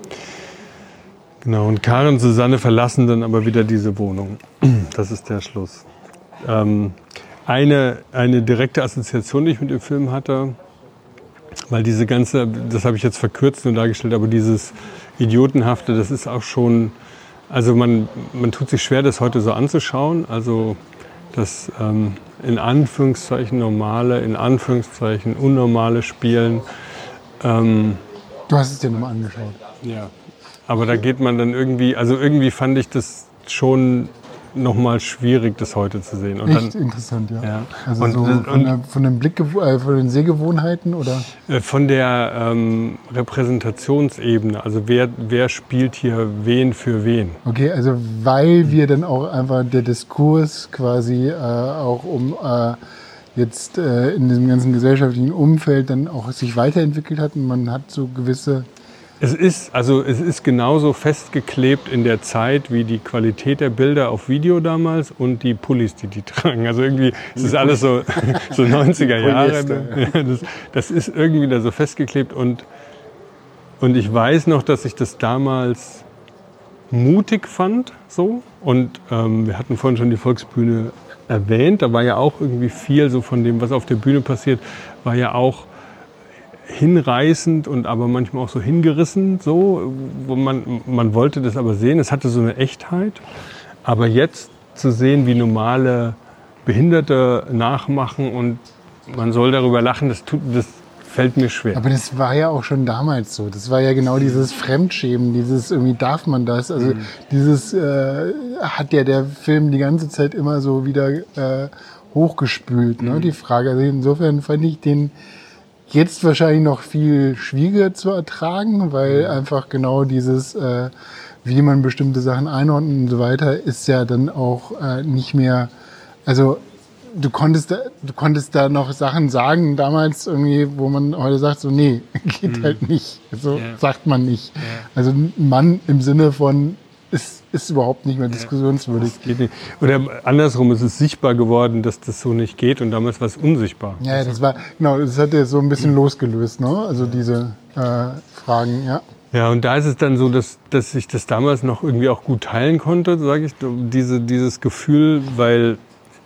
Genau, und Karen und Susanne verlassen dann aber wieder diese Wohnung. Das ist der Schluss. Ähm, eine, eine direkte Assoziation, die ich mit dem Film hatte, weil diese ganze, das habe ich jetzt verkürzt und dargestellt, aber dieses Idiotenhafte, das ist auch schon, also man, man tut sich schwer, das heute so anzuschauen. Also das ähm, in Anführungszeichen normale, in Anführungszeichen unnormale Spielen. Ähm, du hast es dir nochmal angeschaut. Ja. Aber da geht man dann irgendwie, also irgendwie fand ich das schon nochmal schwierig, das heute zu sehen. Und Echt dann, interessant, ja. ja. Also und, so und, von, der, von den Blick, äh, von den Sehgewohnheiten oder? Von der ähm, Repräsentationsebene, also wer, wer spielt hier wen für wen. Okay, also weil wir dann auch einfach der Diskurs quasi äh, auch um äh, jetzt äh, in diesem ganzen gesellschaftlichen Umfeld dann auch sich weiterentwickelt hat und man hat so gewisse... Es ist, also es ist genauso festgeklebt in der Zeit wie die Qualität der Bilder auf Video damals und die Pullis, die die tragen. Also irgendwie es ist alles so, so neunziger Jahre. Das, das ist irgendwie da so festgeklebt und, und ich weiß noch, dass ich das damals mutig fand. So. Und ähm, wir hatten vorhin schon die Volksbühne erwähnt. Da war ja auch irgendwie viel so von dem, was auf der Bühne passiert, war ja auch hinreißend und aber manchmal auch so hingerissen, so, wo man, man wollte das aber sehen, es hatte so eine Echtheit. Aber jetzt zu sehen, wie normale Behinderte nachmachen und man soll darüber lachen, das, tut, das fällt mir schwer. Aber das war ja auch schon damals so. Das war ja genau dieses Fremdschämen, dieses irgendwie darf man das. Also mhm. dieses äh, hat ja der Film die ganze Zeit immer so wieder äh, hochgespült, ne? Mhm. Die Frage. Also insofern fand ich den jetzt wahrscheinlich noch viel schwieriger zu ertragen, weil einfach genau dieses, äh, wie man bestimmte Sachen einordnet und so weiter, ist ja dann auch äh, nicht mehr, also du konntest, da, du konntest da noch Sachen sagen damals irgendwie, wo man heute sagt, so nee, geht mhm. halt nicht, so ja. sagt man nicht. Ja. Also ein Mann im Sinne von, ist, ist überhaupt nicht mehr diskussionswürdig. Das geht nicht. Oder andersrum, es ist sichtbar geworden, dass das so nicht geht und damals war es unsichtbar. Ja, das war, genau, das hat ja so ein bisschen losgelöst, ne? Also diese äh, Fragen, ja. Ja, und da ist es dann so, dass, dass ich das damals noch irgendwie auch gut teilen konnte, sage ich, diese, dieses Gefühl, weil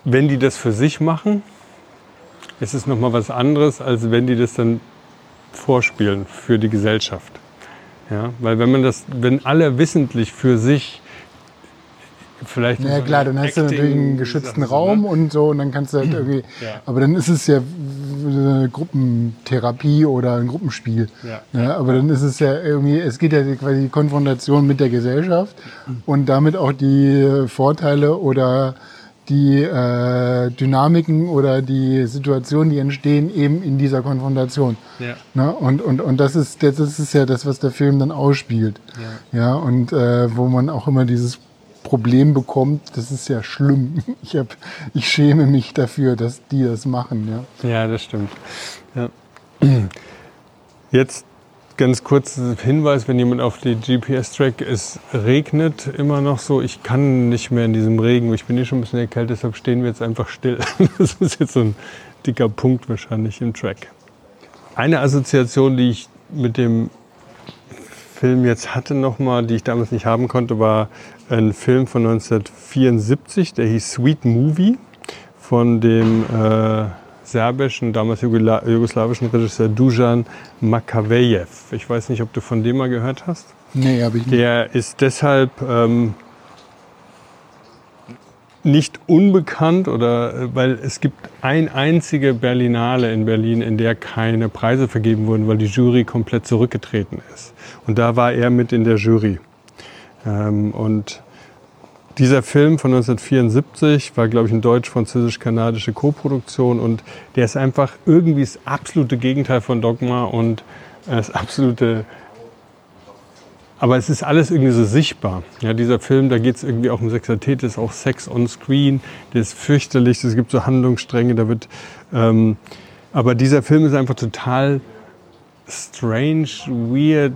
wenn die das für sich machen, ist es nochmal was anderes, als wenn die das dann vorspielen für die Gesellschaft. Ja, weil wenn man das, wenn alle wissentlich für sich vielleicht... Ja klar, dann hast du natürlich einen geschützten Raum ne? und so und dann kannst du halt irgendwie... Ja. Aber dann ist es ja eine Gruppentherapie oder ein Gruppenspiel. Ja. Ja, aber dann ist es ja irgendwie, es geht ja quasi die Konfrontation mit der Gesellschaft und damit auch die Vorteile oder die äh, Dynamiken oder die Situationen, die entstehen, eben in dieser Konfrontation. Ja. Ne? Und, und, und das ist, das ist ja das, was der Film dann ausspielt. Ja. Ja, und äh, wo man auch immer dieses Problem bekommt, das ist ja schlimm. Ich, hab, ich schäme mich dafür, dass die das machen. Ja, ja das stimmt. Ja. Jetzt ganz kurz Hinweis, wenn jemand auf die G P S-Track, es regnet immer noch so. Ich kann nicht mehr in diesem Regen. Ich bin hier schon ein bisschen erkältet, deshalb stehen wir jetzt einfach still. Das ist jetzt so ein dicker Punkt wahrscheinlich im Track. Eine Assoziation, die ich mit dem Film jetzt hatte nochmal, die ich damals nicht haben konnte, war ein Film von neunzehnhundertvierundsiebzig, der hieß Sweet Movie von dem äh, serbischen, damals jugoslawischen Regisseur Dusan Makavejev. Ich weiß nicht, ob du von dem mal gehört hast. Nee, habe ich nicht. Der ist deshalb ähm, nicht unbekannt, oder weil es gibt ein einzige Berlinale in Berlin, in der keine Preise vergeben wurden, weil die Jury komplett zurückgetreten ist. Und da war er mit in der Jury. Ähm, und dieser Film von neunzehnhundertvierundsiebzig war, glaube ich, eine deutsch-französisch-kanadische Koproduktion und der ist einfach irgendwie das absolute Gegenteil von Dogma und das absolute... Aber es ist alles irgendwie so sichtbar. Ja, dieser Film, da geht es irgendwie auch um Sexualität, ist auch Sex on Screen, der ist fürchterlich, es gibt so Handlungsstränge, da wird... Ähm, aber dieser Film ist einfach total strange, weird,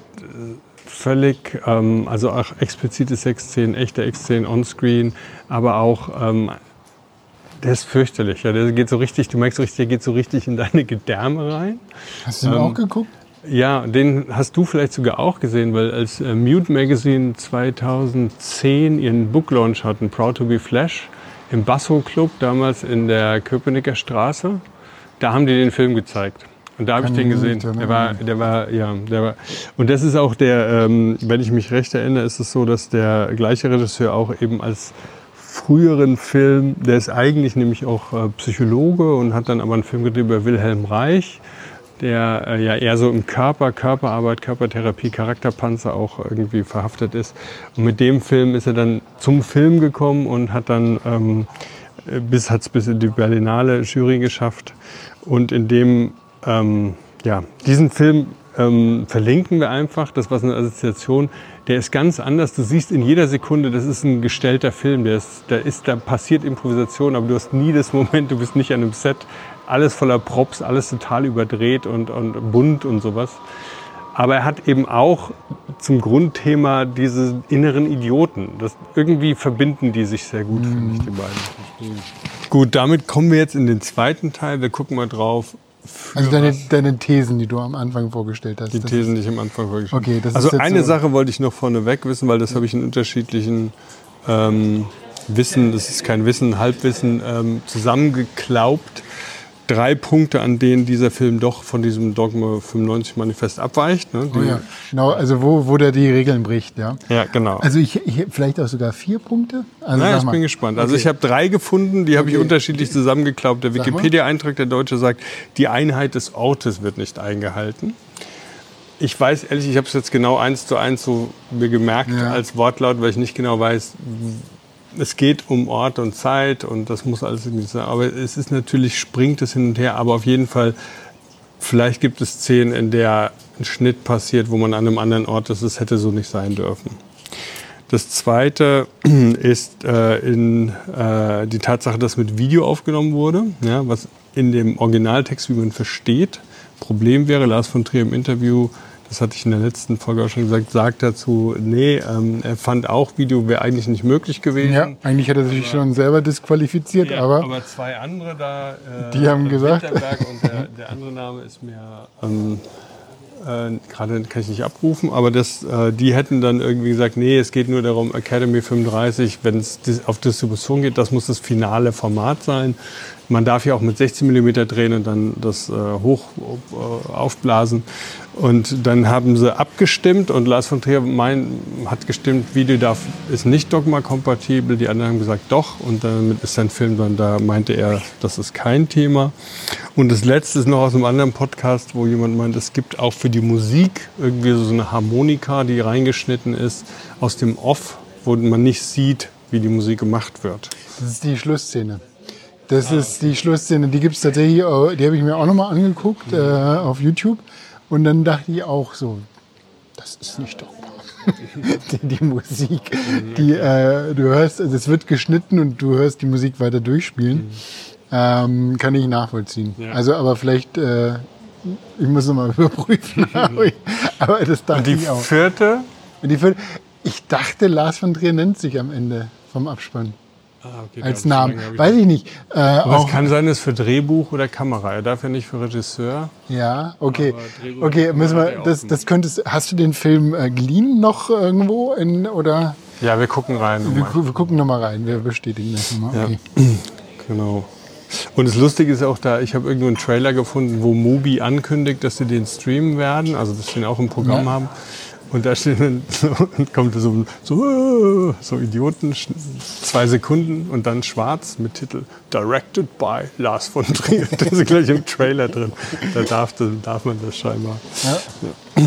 völlig, ähm, also auch explizite Sexszenen, echte Sexszenen on Screen, aber auch, ähm, der ist fürchterlich. Ja, der geht so richtig, du merkst so richtig, der geht so richtig in deine Gedärme rein. Hast du den ähm, auch geguckt? Ja, den hast du vielleicht sogar auch gesehen, weil als äh, Mute Magazine zweitausendzehn ihren Book Launch hatten, Proud to be Flash, im Basso Club, damals in der Köpenicker Straße, da haben die den Film gezeigt. Und da habe ich den gesehen. Der war, der war, ja, der war. Und das ist auch der, ähm, wenn ich mich recht erinnere, ist es so, dass der gleiche Regisseur auch eben als früheren Film, der ist eigentlich nämlich auch äh, Psychologe und hat dann aber einen Film gedreht über Wilhelm Reich, der äh, ja eher so im Körper, Körperarbeit, Körpertherapie, Charakterpanzer auch irgendwie verhaftet ist. Und mit dem Film ist er dann zum Film gekommen und hat dann ähm, bis, hat's bis in die Berlinale Jury geschafft. Und in dem Ähm, ja, diesen Film ähm, verlinken wir einfach. Das war eine Assoziation. Der ist ganz anders. Du siehst in jeder Sekunde, das ist ein gestellter Film. Der ist, der ist, da passiert Improvisation, aber du hast nie das Moment, du bist nicht an einem Set. Alles voller Props, alles total überdreht und, und bunt und sowas. Aber er hat eben auch zum Grundthema diese inneren Idioten. Das, irgendwie verbinden die sich sehr gut, mhm. finde ich, die beiden. Gut, damit kommen wir jetzt in den zweiten Teil. Wir gucken mal drauf. Also deine, deine Thesen, die du am Anfang vorgestellt hast. Die Thesen, die ich am Anfang vorgestellt habe. Okay, das also ist jetzt eine so Sache wollte ich noch vorneweg wissen, weil das habe ich in unterschiedlichen ähm, Wissen, das ist kein Wissen, Halbwissen, ähm, zusammengeklaubt. Drei Punkte, an denen dieser Film doch von diesem Dogma fünfundneunzig Manifest abweicht. Ne? Oh ja, genau, also wo, wo der die Regeln bricht. Ja, ja genau. Also ich, ich vielleicht auch sogar vier Punkte? Also ja, ich bin gespannt. Also okay. Ich habe drei gefunden, die habe okay. ich unterschiedlich zusammengeklaubt. Der Wikipedia-Eintrag, der Deutsche, sagt, die Einheit des Ortes wird nicht eingehalten. Ich weiß ehrlich, ich habe es jetzt genau eins zu eins so mir gemerkt ja. als Wortlaut, weil ich nicht genau weiß, es geht um Ort und Zeit und das muss alles irgendwie sein. Aber es ist natürlich, springt es hin und her. Aber auf jeden Fall, vielleicht gibt es Szenen, in der ein Schnitt passiert, wo man an einem anderen Ort ist. Es hätte so nicht sein dürfen. Das Zweite ist äh, in, äh, die Tatsache, dass mit Video aufgenommen wurde, ja, was in dem Originaltext, wie man versteht, Problem wäre. Lars von Trier im Interview, das hatte ich in der letzten Folge auch schon gesagt, sagt dazu, nee, ähm, er fand auch, Video wäre eigentlich nicht möglich gewesen. Ja, eigentlich hat er sich aber schon selber disqualifiziert, ja, aber... Aber zwei andere da, äh, die haben gesagt... Winterberg und der, der andere Name ist mir... Ähm, äh, gerade kann ich nicht abrufen, aber das, äh, die hätten dann irgendwie gesagt, nee, es geht nur darum, Academy fünfunddreißig, wenn es auf Distribution geht, das muss das finale Format sein. Man darf ja auch mit sechzehn Millimeter drehen und dann das äh, hoch äh, aufblasen. Und dann haben sie abgestimmt und Lars von Trier mein, hat gestimmt, Video darf, ist nicht Dogma-kompatibel. Die anderen haben gesagt, doch. Und damit ist sein Film dann, da meinte er, das ist kein Thema. Und das Letzte ist noch aus einem anderen Podcast, wo jemand meint, es gibt auch für die Musik irgendwie so eine Harmonika, die reingeschnitten ist aus dem Off, wo man nicht sieht, wie die Musik gemacht wird. Das ist die Schlussszene. Das ist die Schlussszene, die gibt es tatsächlich, auch, die habe ich mir auch nochmal angeguckt äh, auf YouTube. Und dann dachte ich auch so, das ist nicht Dogma. die, die Musik, die äh, du hörst, also es wird geschnitten und du hörst die Musik weiter durchspielen. Mhm. Ähm, kann ich nachvollziehen. Ja. Also aber vielleicht, äh, ich muss nochmal überprüfen. aber das dachte ich auch. Und die vierte? Und die vierte? Ich dachte, Lars von Trier nennt sich am Ende vom Abspann. Ah, okay, als Namen. Ich Weiß ich nicht. Äh, Aber auch, es kann sein, dass für Drehbuch oder Kamera. Er darf ja nicht für Regisseur. Ja, okay. Okay, müssen wir. Das, das könntest. Hast du den Film äh, geliehen noch irgendwo in, oder? Ja, wir gucken rein. Wir, wir gucken noch mal rein. Wir bestätigen das nochmal. Okay. Ja. Genau. Und das Lustige ist auch da, ich habe irgendwo einen Trailer gefunden, wo Mubi ankündigt, dass sie den streamen werden, also dass sie den auch im Programm ja. haben. Und da steht dann so, und kommt so, so, so Idioten, zwei Sekunden und dann schwarz mit Titel Directed by Lars von Trier. Das ist gleich im Trailer drin. Da darf, darf man das scheinbar. Ja.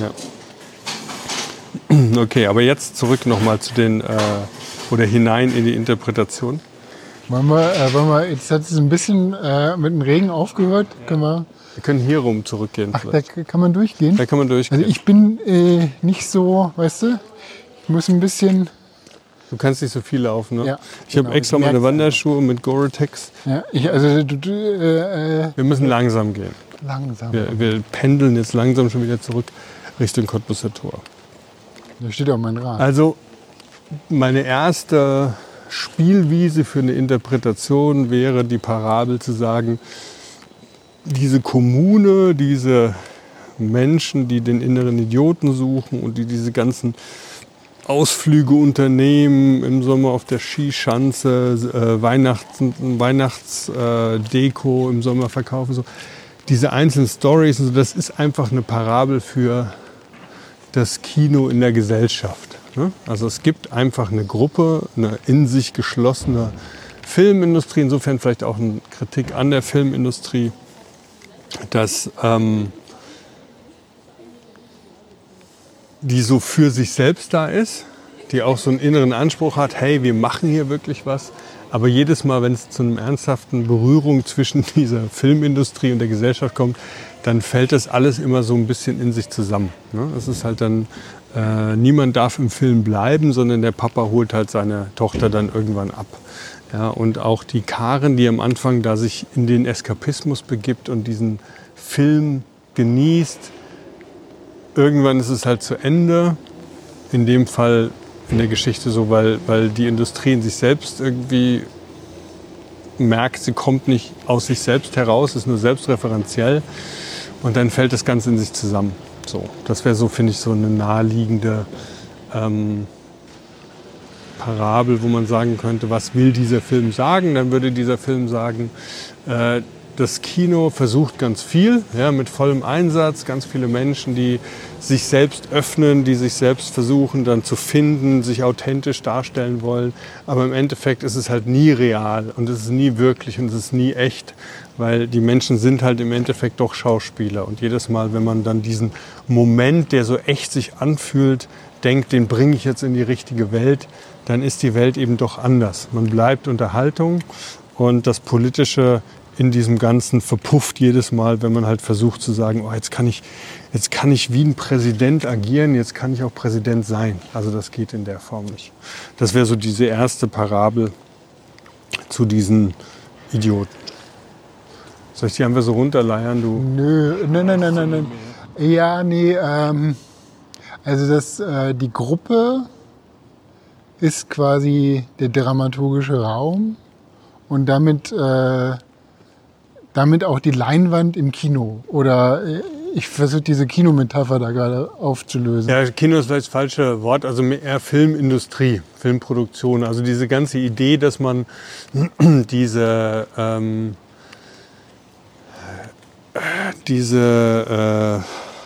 Ja. Okay, aber jetzt zurück nochmal zu den, äh, oder hinein in die Interpretation. Wollen wir, äh, wollen wir, jetzt hat es ein bisschen äh, mit dem Regen aufgehört. Ja. Können wir, wir können hier rum zurückgehen. Ach, vielleicht. Da kann man durchgehen? Da kann man durchgehen. Also ich bin äh, nicht so, weißt du, ich muss ein bisschen... Du kannst nicht so viel laufen, ne? Ja, ich genau. habe extra meine Wanderschuhe mit Gore-Tex. Ja, ich, also du, du, äh, wir müssen langsam gehen. Langsam. Wir, wir pendeln jetzt langsam schon wieder zurück Richtung Cottbuser Tor. Da steht auch mein Rad. Also meine erste Spielwiese für eine Interpretation wäre die Parabel zu sagen, diese Kommune, diese Menschen, die den inneren Idioten suchen und die diese ganzen Ausflüge unternehmen, im Sommer auf der Skischanze, äh, Weihnachts, Weihnachtsdeko äh, im Sommer verkaufen, so. Diese einzelnen Storys, so, das ist einfach eine Parabel für das Kino in der Gesellschaft. Ne? Also es gibt einfach eine Gruppe, eine in sich geschlossene Filmindustrie, insofern vielleicht auch eine Kritik an der Filmindustrie, dass ähm, die so für sich selbst da ist, die auch so einen inneren Anspruch hat, hey, wir machen hier wirklich was. Aber jedes Mal, wenn es zu einer ernsthaften Berührung zwischen dieser Filmindustrie und der Gesellschaft kommt, dann fällt das alles immer so ein bisschen in sich zusammen. Ne? Es ist halt dann, äh, niemand darf im Film bleiben, sondern der Papa holt halt seine Tochter dann irgendwann ab. Ja, und auch die Karen, die am Anfang da sich in den Eskapismus begibt und diesen Film genießt, irgendwann ist es halt zu Ende. In dem Fall in der Geschichte so, weil, weil die Industrie in sich selbst irgendwie merkt, sie kommt nicht aus sich selbst heraus, ist nur selbstreferenziell. Und dann fällt das Ganze in sich zusammen. So, das wäre so, finde ich, so eine naheliegende ähm, Parabel, wo man sagen könnte, was will dieser Film sagen? Dann würde dieser Film sagen, äh, das Kino versucht ganz viel, ja, mit vollem Einsatz, ganz viele Menschen, die sich selbst öffnen, die sich selbst versuchen dann zu finden, sich authentisch darstellen wollen. Aber im Endeffekt ist es halt nie real und es ist nie wirklich und es ist nie echt, weil die Menschen sind halt im Endeffekt doch Schauspieler. Und jedes Mal, wenn man dann diesen Moment, der so echt sich anfühlt, denkt, den bringe ich jetzt in die richtige Welt, dann ist die Welt eben doch anders. Man bleibt Unterhaltung und das Politische in diesem Ganzen verpufft jedes Mal, wenn man halt versucht zu sagen, oh, jetzt kann ich, jetzt kann ich wie ein Präsident agieren, jetzt kann ich auch Präsident sein. Also das geht in der Form nicht. Das wäre so diese erste Parabel zu diesen Idioten. Soll ich die einfach so runterleiern, du? Nö, nein, nein, nein, nein, nein. Ja, nee, ähm, also das, äh, die Gruppe ist quasi der dramaturgische Raum und damit, äh, damit auch die Leinwand im Kino. Oder ich versuche diese Kinometapher da gerade aufzulösen. Ja, Kino ist vielleicht das falsche Wort, also eher Filmindustrie, Filmproduktion. Also diese ganze Idee, dass man diese, ähm, diese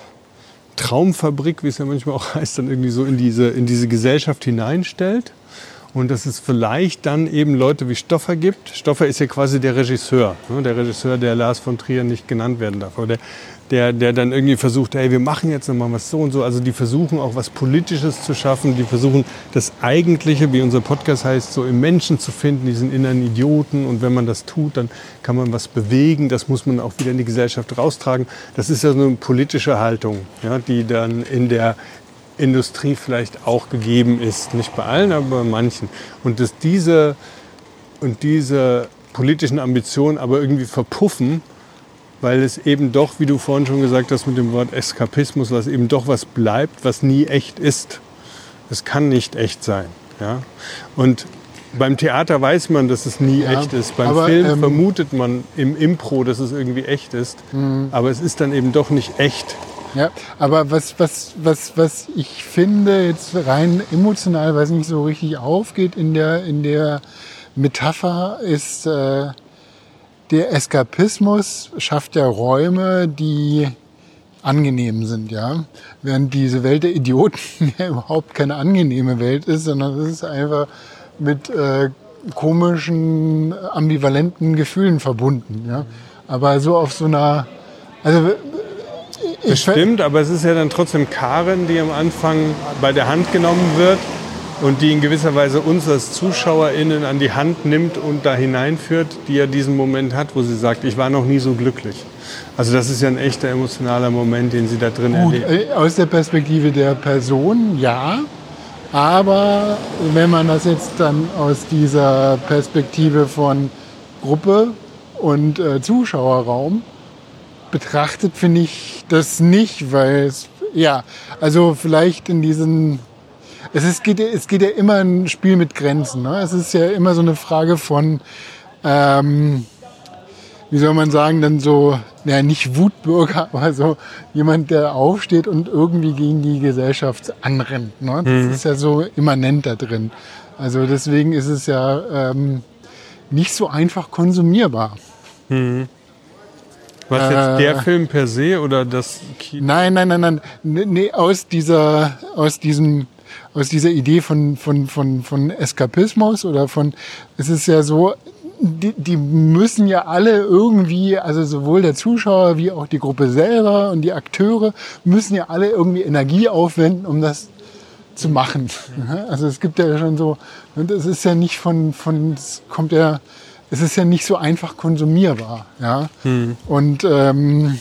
äh, Traumfabrik, wie es ja manchmal auch heißt, dann irgendwie so in diese, in diese Gesellschaft hineinstellt. Und dass es vielleicht dann eben Leute wie Stoffer gibt. Stoffer ist ja quasi der Regisseur, ne? Der Regisseur, der Lars von Trier nicht genannt werden darf. Oder der, der dann irgendwie versucht, hey, wir machen jetzt nochmal was so und so. Also die versuchen auch was Politisches zu schaffen. Die versuchen das Eigentliche, wie unser Podcast heißt, so im Menschen zu finden, diesen inneren Idioten. Und wenn man das tut, dann kann man was bewegen. Das muss man auch wieder in die Gesellschaft raustragen. Das ist ja so eine politische Haltung, ja, die dann in der Industrie vielleicht auch gegeben ist. Nicht bei allen, aber bei manchen. Und dass diese, und diese politischen Ambitionen aber irgendwie verpuffen, weil es eben doch, wie du vorhin schon gesagt hast mit dem Wort Eskapismus, was eben doch was bleibt, was nie echt ist. Es kann nicht echt sein. Ja? Und beim Theater weiß man, dass es nie ja, echt ist. Beim aber, Film ähm, vermutet man im Impro, dass es irgendwie echt ist. Mhm. Aber es ist dann eben doch nicht echt. Ja, aber was, was, was, was ich finde, jetzt rein emotional, was nicht so richtig aufgeht in der, in der Metapher, ist äh, der Eskapismus schafft ja Räume, die angenehm sind, ja. Während diese Welt der Idioten ja überhaupt keine angenehme Welt ist, sondern es ist einfach mit äh, komischen, ambivalenten Gefühlen verbunden, ja. Aber so auf so einer, also das stimmt, aber es ist ja dann trotzdem Karen, die am Anfang bei der Hand genommen wird und die in gewisser Weise uns als ZuschauerInnen an die Hand nimmt und da hineinführt, die ja diesen Moment hat, wo sie sagt, ich war noch nie so glücklich. Also das ist ja ein echter emotionaler Moment, den sie da drin Gut, erlebt. Aus der Perspektive der Person, ja. Aber wenn man das jetzt dann aus dieser Perspektive von Gruppe und äh, Zuschauerraum betrachtet, finde ich das nicht, weil es, ja, also vielleicht in diesen, es, ist, geht, es geht ja immer ein Spiel mit Grenzen, ne? Es ist ja immer so eine Frage von, ähm, wie soll man sagen, dann so, ja, nicht Wutbürger, aber so jemand, der aufsteht und irgendwie gegen die Gesellschaft anrennt, ne? Das mhm. ist ja so immanent da drin. Also deswegen ist es ja ähm, nicht so einfach konsumierbar. Mhm. Was jetzt der äh, Film per se oder das Kino? Nein, nein, nein, nein. Nee, aus dieser, aus diesem, aus dieser Idee von, von, von, von Eskapismus oder von, es ist ja so, die, die müssen ja alle irgendwie, also sowohl der Zuschauer wie auch die Gruppe selber und die Akteure müssen ja alle irgendwie Energie aufwenden, um das zu machen. Also es gibt ja schon so, und es ist ja nicht von, von, es kommt ja, es ist ja nicht so einfach konsumierbar. Ja? Hm. Und ähm,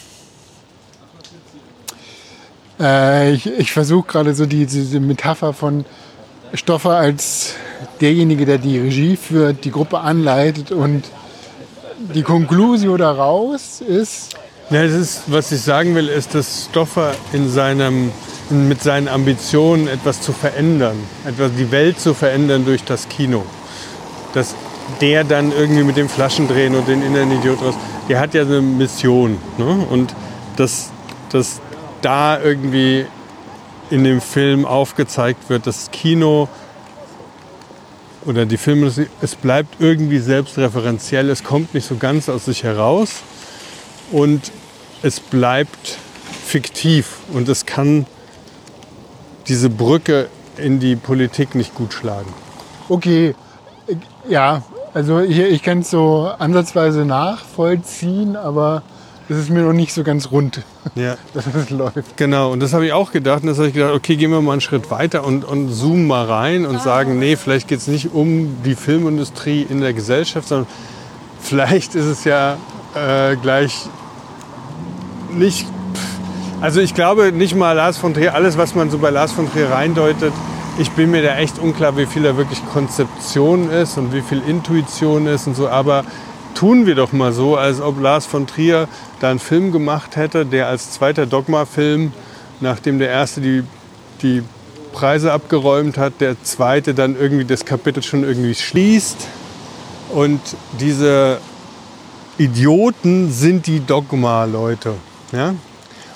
äh, ich, ich versuche gerade so die, diese Metapher von Stoffer als derjenige, der die Regie führt, die Gruppe anleitet und die Conclusio daraus ist... Ja, das ist, was ich sagen will, ist, dass Stoffer in seinem, mit seinen Ambitionen etwas zu verändern, etwas die Welt zu verändern durch das Kino. Das der dann irgendwie mit dem Flaschendrehen und den inneren Idiot raus, der hat ja eine Mission. Ne? Und dass, dass da irgendwie in dem Film aufgezeigt wird, das Kino oder die Filmindustrie, es bleibt irgendwie selbstreferenziell, es kommt nicht so ganz aus sich heraus und es bleibt fiktiv und es kann diese Brücke in die Politik nicht gut schlagen. Okay, ja, also ich, ich kann es so ansatzweise nachvollziehen, aber es ist mir noch nicht so ganz rund, ja. dass es läuft. Genau, und das habe ich auch gedacht. Und das habe ich gedacht, okay, gehen wir mal einen Schritt weiter und, und zoomen mal rein und sagen, nee, vielleicht geht es nicht um die Filmindustrie in der Gesellschaft, sondern vielleicht ist es ja äh, gleich nicht... Also ich glaube nicht mal Lars von Trier, alles, was man so bei Lars von Trier reindeutet, ich bin mir da echt unklar, wie viel da wirklich Konzeption ist und wie viel Intuition ist und so. Aber tun wir doch mal so, als ob Lars von Trier da einen Film gemacht hätte, der als zweiter Dogma-Film, nachdem der erste die, die Preise abgeräumt hat, der zweite dann irgendwie das Kapitel schon irgendwie schließt. Und diese Idioten sind die Dogma-Leute. Ja?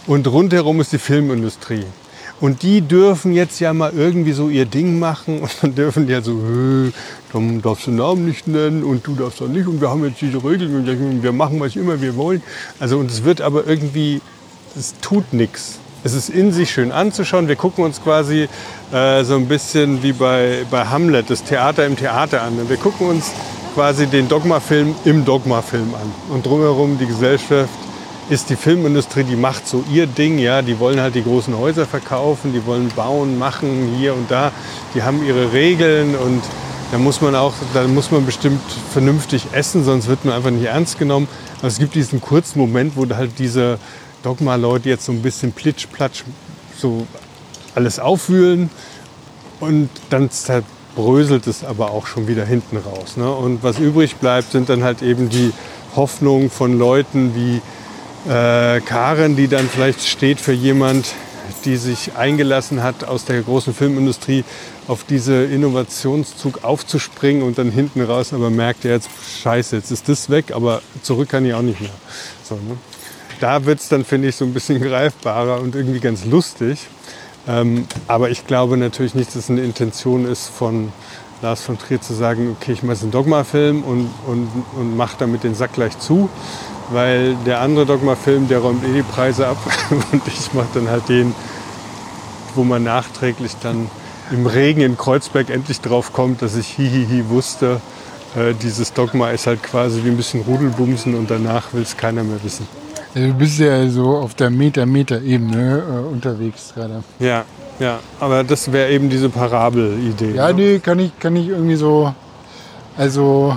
und rundherum ist die Filmindustrie. Und die dürfen jetzt ja mal irgendwie so ihr Ding machen und dann dürfen die ja so, hey, dann darfst du den Namen nicht nennen und du darfst dann nicht und wir haben jetzt diese Regeln und wir machen, was immer wir wollen. Also und es wird aber irgendwie, es tut nichts. Es ist in sich schön anzuschauen. Wir gucken uns quasi äh, so ein bisschen wie bei, bei Hamlet, das Theater im Theater an. Wir gucken uns quasi den Dogma-Film im Dogma-Film an. Und drumherum die Gesellschaft ist die Filmindustrie, die macht so ihr Ding. Ja, die wollen halt die großen Häuser verkaufen, die wollen bauen, machen hier und da. Die haben ihre Regeln und da muss man auch, da muss man bestimmt vernünftig essen, sonst wird man einfach nicht ernst genommen. Aber es gibt diesen kurzen Moment, wo halt diese Dogma-Leute jetzt so ein bisschen plitsch-platsch so alles aufwühlen und dann zerbröselt es aber auch schon wieder hinten raus. Ne? Und was übrig bleibt, sind dann halt eben die Hoffnungen von Leuten wie äh, Karen, die dann vielleicht steht für jemand, die sich eingelassen hat, aus der großen Filmindustrie auf diese Innovationszug aufzuspringen und dann hinten raus aber merkt, ja, jetzt scheiße, jetzt ist das weg, aber zurück kann ich auch nicht mehr. So, ne? Da wird es dann, finde ich, so ein bisschen greifbarer und irgendwie ganz lustig. Ähm, aber ich glaube natürlich nicht, dass es eine Intention ist von Lars von Trier zu sagen, okay, ich mache jetzt einen Dogma-Film und, und, und mache damit den Sack gleich zu. Weil der andere Dogma-Film, der räumt eh die Preise ab und ich mache dann halt den, wo man nachträglich dann im Regen in Kreuzberg endlich drauf kommt, dass ich hihihi wusste, äh, dieses Dogma ist halt quasi wie ein bisschen Rudelbumsen und danach will es keiner mehr wissen. Du bist ja so auf der Meter-Meter-Ebene äh, unterwegs gerade. Ja, ja, aber das wäre eben diese Parabel-Idee. Ja, ne? die kann ich, kann ich irgendwie so, also...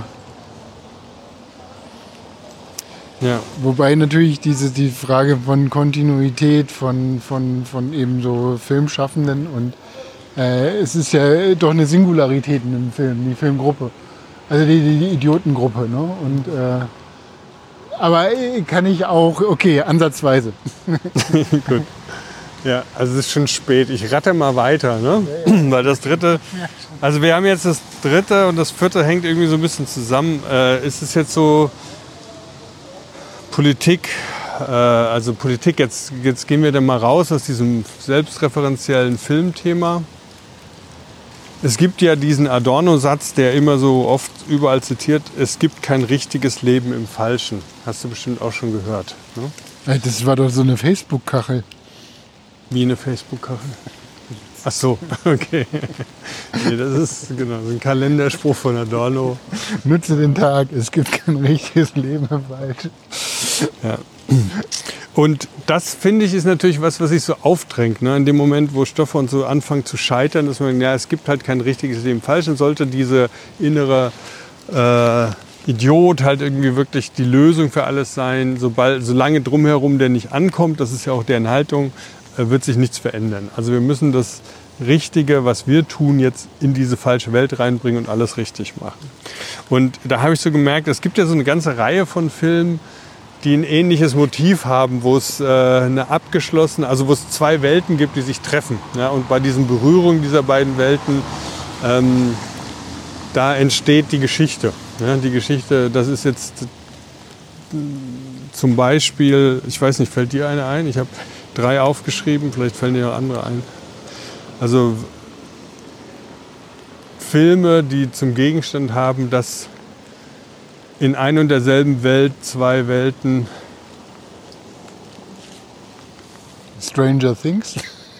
Ja. Wobei natürlich diese, die Frage von Kontinuität von, von, von eben so Filmschaffenden und äh, es ist ja doch eine Singularität in dem Film, die Filmgruppe. Also die, die, die Idiotengruppe. Ne? Und, äh, aber kann ich auch, okay, ansatzweise. Gut. Ja, also es ist schon spät. Ich ratte mal weiter, ne? Ja, ja. Weil das dritte, also wir haben jetzt das dritte und das vierte hängt irgendwie so ein bisschen zusammen. Äh, ist es jetzt so Politik, äh, also Politik, jetzt, jetzt gehen wir dann mal raus aus diesem selbstreferenziellen Filmthema. Es gibt ja diesen Adorno-Satz, der immer so oft überall zitiert, es gibt kein richtiges Leben im Falschen. Hast du bestimmt auch schon gehört. Ne? Das war doch so eine Facebook-Kachel. Wie eine Facebook-Kachel? Ach so, okay. Nee, das ist genau so ein Kalenderspruch von Adorno. Nutze den Tag, es gibt kein richtiges Leben im Falschen. Ja. Und das, finde ich, ist natürlich was, was sich so aufdrängt. Ne? In dem Moment, wo Stoffe und so anfangen zu scheitern, dass man, ja, es gibt halt kein richtiges Leben falsch und sollte diese innere äh, Idiot halt irgendwie wirklich die Lösung für alles sein. Sobald, solange drumherum der nicht ankommt, das ist ja auch deren Haltung, äh, wird sich nichts verändern. Also wir müssen das Richtige, was wir tun, jetzt in diese falsche Welt reinbringen und alles richtig machen. Und da habe ich so gemerkt, es gibt ja so eine ganze Reihe von Filmen, die ein ähnliches Motiv haben, wo es äh, eine abgeschlossene, also wo es zwei Welten gibt, die sich treffen. Ja? Und bei diesen Berührungen dieser beiden Welten, ähm, da entsteht die Geschichte. Ja? Die Geschichte, das ist jetzt äh, zum Beispiel, ich weiß nicht, fällt dir eine ein? Ich habe drei aufgeschrieben, vielleicht fallen dir noch andere ein. Also Filme, die zum Gegenstand haben, dass in ein und derselben Welt zwei Welten. Stranger Things.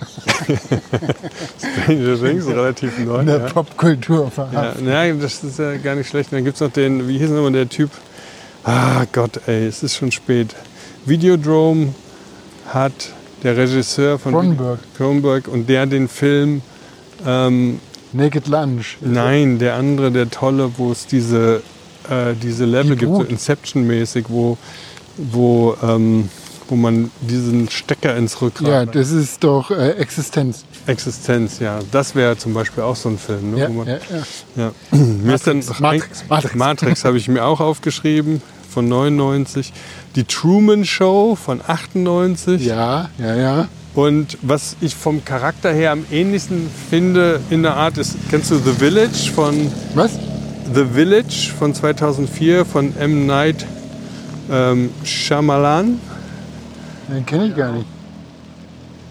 Stranger Things, relativ neu. In der ja. Popkultur verhaftet. Ja, ja, das ist ja gar nicht schlecht. Dann gibt es noch den, wie hieß nochmal der Typ? Ah Gott, ey, es ist schon spät. Videodrome hat der Regisseur von Cronenberg. Cronenberg und der den Film ähm, Naked Lunch. Nein, der andere, der tolle, wo es diese Äh, diese Level Die gibt, so Inception-mäßig, wo, wo, ähm, wo man diesen Stecker ins Rückgrat... Ja, das ist doch äh, Existenz. Existenz, ja. Das wäre zum Beispiel auch so ein Film. Ne, ja, wo man, ja, ja. Ja. Mir ist dann Matrix, Matrix. Matrix habe ich mir auch aufgeschrieben, von neunundneunzig. Die Truman Show von achtundneunzig. Ja, ja, ja. Und was ich vom Charakter her am ähnlichsten finde in der Art ist, kennst du The Village von... Was? The Village von zweitausendvier von M. Night ähm, Shyamalan. Den kenne ich gar nicht.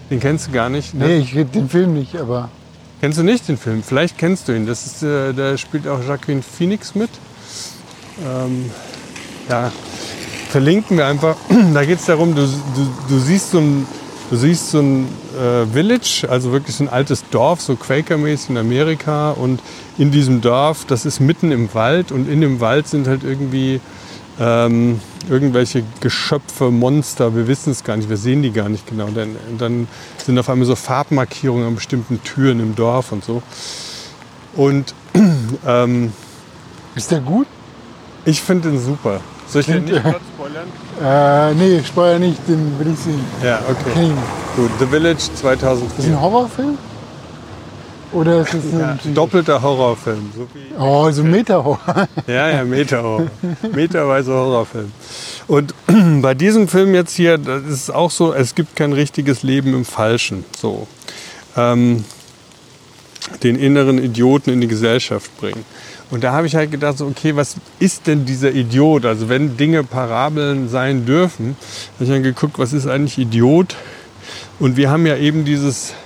Den kennst du gar nicht? Ne? Nee, ich rede den Film nicht, aber... Kennst du nicht den Film? Vielleicht kennst du ihn. Das ist, äh, da spielt auch Joaquin Phoenix mit. Ähm, ja, verlinken wir einfach. Da geht es darum, du, du, du siehst so ein, du siehst so ein äh, Village, also wirklich so ein altes Dorf, so Quaker-mäßig in Amerika. Und in diesem Dorf, das ist mitten im Wald. Und in dem Wald sind halt irgendwie ähm, irgendwelche Geschöpfe, Monster. Wir wissen es gar nicht, wir sehen die gar nicht genau. Denn, dann sind auf einmal so Farbmarkierungen an bestimmten Türen im Dorf und so. Und ähm, ist der gut? Ich finde den super. Soll ich den nicht kurz spoilern? Äh, nee, spoiler nicht, den will ich sehen. Ja, okay. Okay. Gut, The Village zweitausendvier. Ist das ein Horrorfilm? Oder ist das ja, ein doppelter Horrorfilm? So wie oh, so ein Meta-Horror. Ja, ja, Meta-Horror. Meterweise Horrorfilm. Und bei diesem Film jetzt hier, das ist auch so, es gibt kein richtiges Leben im Falschen. So. Ähm, den inneren Idioten in die Gesellschaft bringen. Und da habe ich halt gedacht, so, okay, was ist denn dieser Idiot? Also wenn Dinge Parabeln sein dürfen, habe ich dann geguckt, was ist eigentlich Idiot? Und wir haben ja eben dieses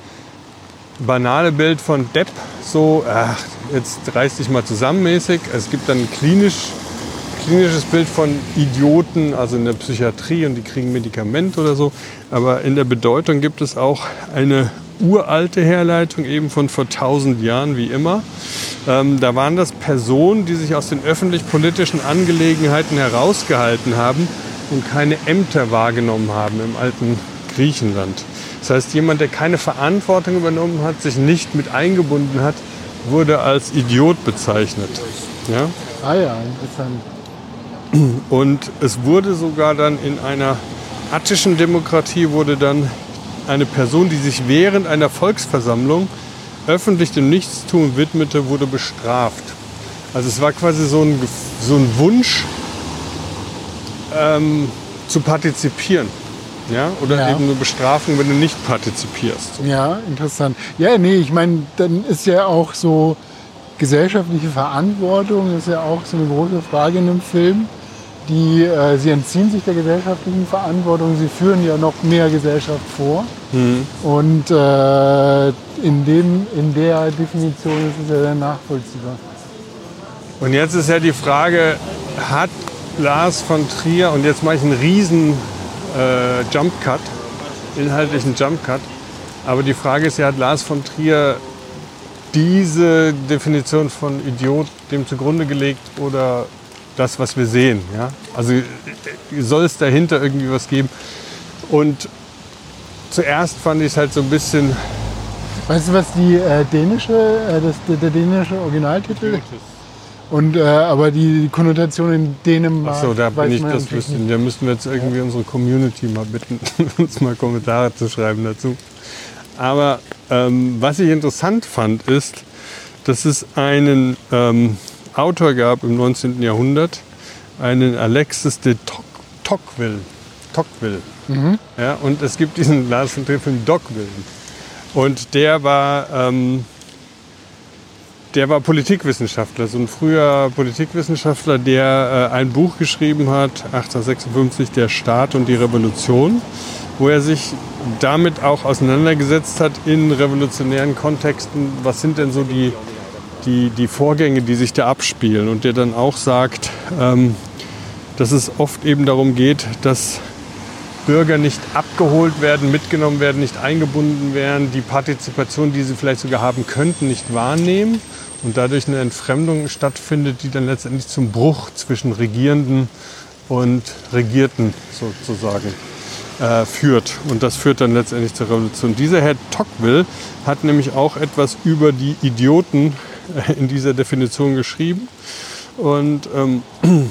banale Bild von Depp, so, ach, jetzt reiß dich mal zusammen mäßig. Es gibt dann ein klinisch, klinisches Bild von Idioten, also in der Psychiatrie, und die kriegen Medikamente oder so. Aber in der Bedeutung gibt es auch eine uralte Herleitung eben von vor tausend Jahren, wie immer. Ähm, da waren das Personen, die sich aus den öffentlich-politischen Angelegenheiten herausgehalten haben und keine Ämter wahrgenommen haben im alten Griechenland. Das heißt, jemand, der keine Verantwortung übernommen hat, sich nicht mit eingebunden hat, wurde als Idiot bezeichnet. Ja? Ah ja, interessant. Und es wurde sogar dann in einer attischen Demokratie wurde dann eine Person, die sich während einer Volksversammlung öffentlich dem Nichtstun widmete, wurde bestraft. Also es war quasi so ein, so ein Wunsch, ähm, zu partizipieren. Ja? Oder ja. eben eine Bestrafung, wenn du nicht partizipierst. Ja, interessant. Ja, nee, ich meine, dann ist ja auch so gesellschaftliche Verantwortung, ist ja auch so eine große Frage in dem Film. Die, äh, sie entziehen sich der gesellschaftlichen Verantwortung, sie führen ja noch mehr Gesellschaft vor. Mhm. Und äh, in, dem, in der Definition ist es ja dann nachvollziehbar. Und jetzt ist ja die Frage, hat Lars von Trier, und jetzt mache ich einen riesen äh, Jump Cut, inhaltlichen Jump Cut, aber die Frage ist ja, hat Lars von Trier diese Definition von Idiot dem zugrunde gelegt oder das, was wir sehen? Ja? Also soll es dahinter irgendwie was geben? Und zuerst fand ich es halt so ein bisschen... Weißt du, was die äh, dänische, äh, das, der, der dänische Originaltitel ist? Und, äh, aber die Konnotation in Dänemark... Ach so, da bin ich man das wüssten. Da müssten wir jetzt irgendwie unsere Community mal bitten, uns mal Kommentare zu schreiben dazu. Aber ähm, was ich interessant fand, ist, dass es einen ähm, Autor gab im neunzehnten Jahrhundert, einen Alexis de Tocqueville. Tocqueville. Mhm. Ja, und es gibt diesen Lars von Trier Film Dogville. Und der war, ähm, der war Politikwissenschaftler, so ein früher Politikwissenschaftler, der äh, ein Buch geschrieben hat, achtzehnhundertsechsundfünfzig, Der Staat und die Revolution, wo er sich damit auch auseinandergesetzt hat in revolutionären Kontexten, was sind denn so die, die, die Vorgänge, die sich da abspielen. Und der dann auch sagt, ähm, dass es oft eben darum geht, dass Bürger nicht abgeholt werden, mitgenommen werden, nicht eingebunden werden, die Partizipation, die sie vielleicht sogar haben könnten, nicht wahrnehmen und dadurch eine Entfremdung stattfindet, die dann letztendlich zum Bruch zwischen Regierenden und Regierten sozusagen äh, führt. Und das führt dann letztendlich zur Revolution. Dieser Herr Tocqueville hat nämlich auch etwas über die Idioten äh, in dieser Definition geschrieben und ähm,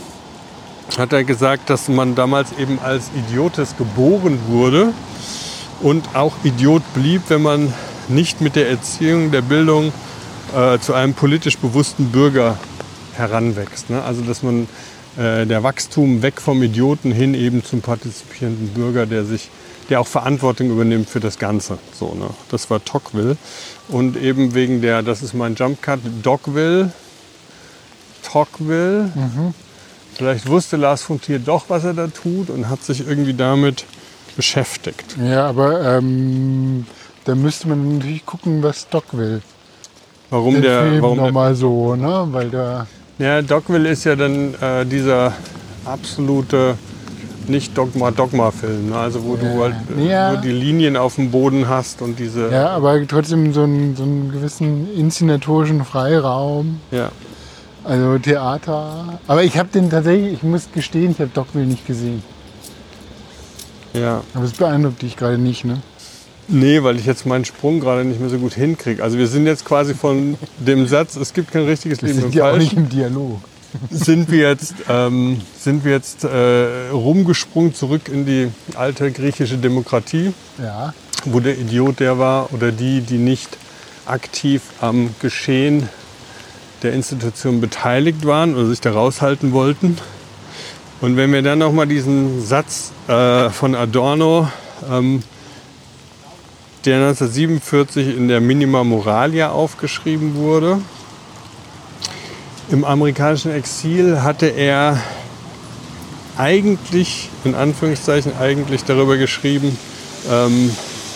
hat er gesagt, dass man damals eben als Idiotes geboren wurde und auch Idiot blieb, wenn man nicht mit der Erziehung, der Bildung äh, zu einem politisch bewussten Bürger heranwächst. Ne? Also dass man äh, der Wachstum weg vom Idioten hin eben zum partizipierenden Bürger, der sich, der auch Verantwortung übernimmt für das Ganze. So, ne? Das war Tocqueville. Und eben wegen der, das ist mein Jump Cut, Dogville, Tocqueville. Mhm. Vielleicht wusste Lars von Trier doch, was er da tut und hat sich irgendwie damit beschäftigt. Ja, aber ähm, da müsste man natürlich gucken, was Doc will. Warum Den der, Film warum der, nochmal so, ne? Weil da ja, Dogville ist ja dann äh, dieser absolute Nicht-Dogma-Dogma-Film, ne? Also wo Ja. du halt äh, Ja. nur die Linien auf dem Boden hast und diese... ja, aber trotzdem so einen, so einen gewissen inszenatorischen Freiraum. Ja. Also Theater. Aber ich habe den tatsächlich, ich muss gestehen, ich habe Dogville nicht gesehen. ja. Aber es beeindruckt dich gerade nicht, ne? Nee, weil ich jetzt meinen Sprung gerade nicht mehr so gut hinkriege. Also wir sind jetzt quasi von dem Satz, es gibt kein richtiges Wir Leben im sind ja auch nicht Falschen, im Dialog. sind wir jetzt, ähm, sind wir jetzt äh, rumgesprungen zurück in die alte griechische Demokratie, Ja. wo der Idiot der war oder die, die nicht aktiv am Geschehen der Institution beteiligt waren oder sich da raushalten wollten. Und wenn wir dann nochmal diesen Satz äh, von Adorno, ähm, der neunzehnhundertsiebenundvierzig in der Minima Moralia aufgeschrieben wurde. Im amerikanischen Exil hatte er eigentlich, in Anführungszeichen eigentlich darüber geschrieben, ähm,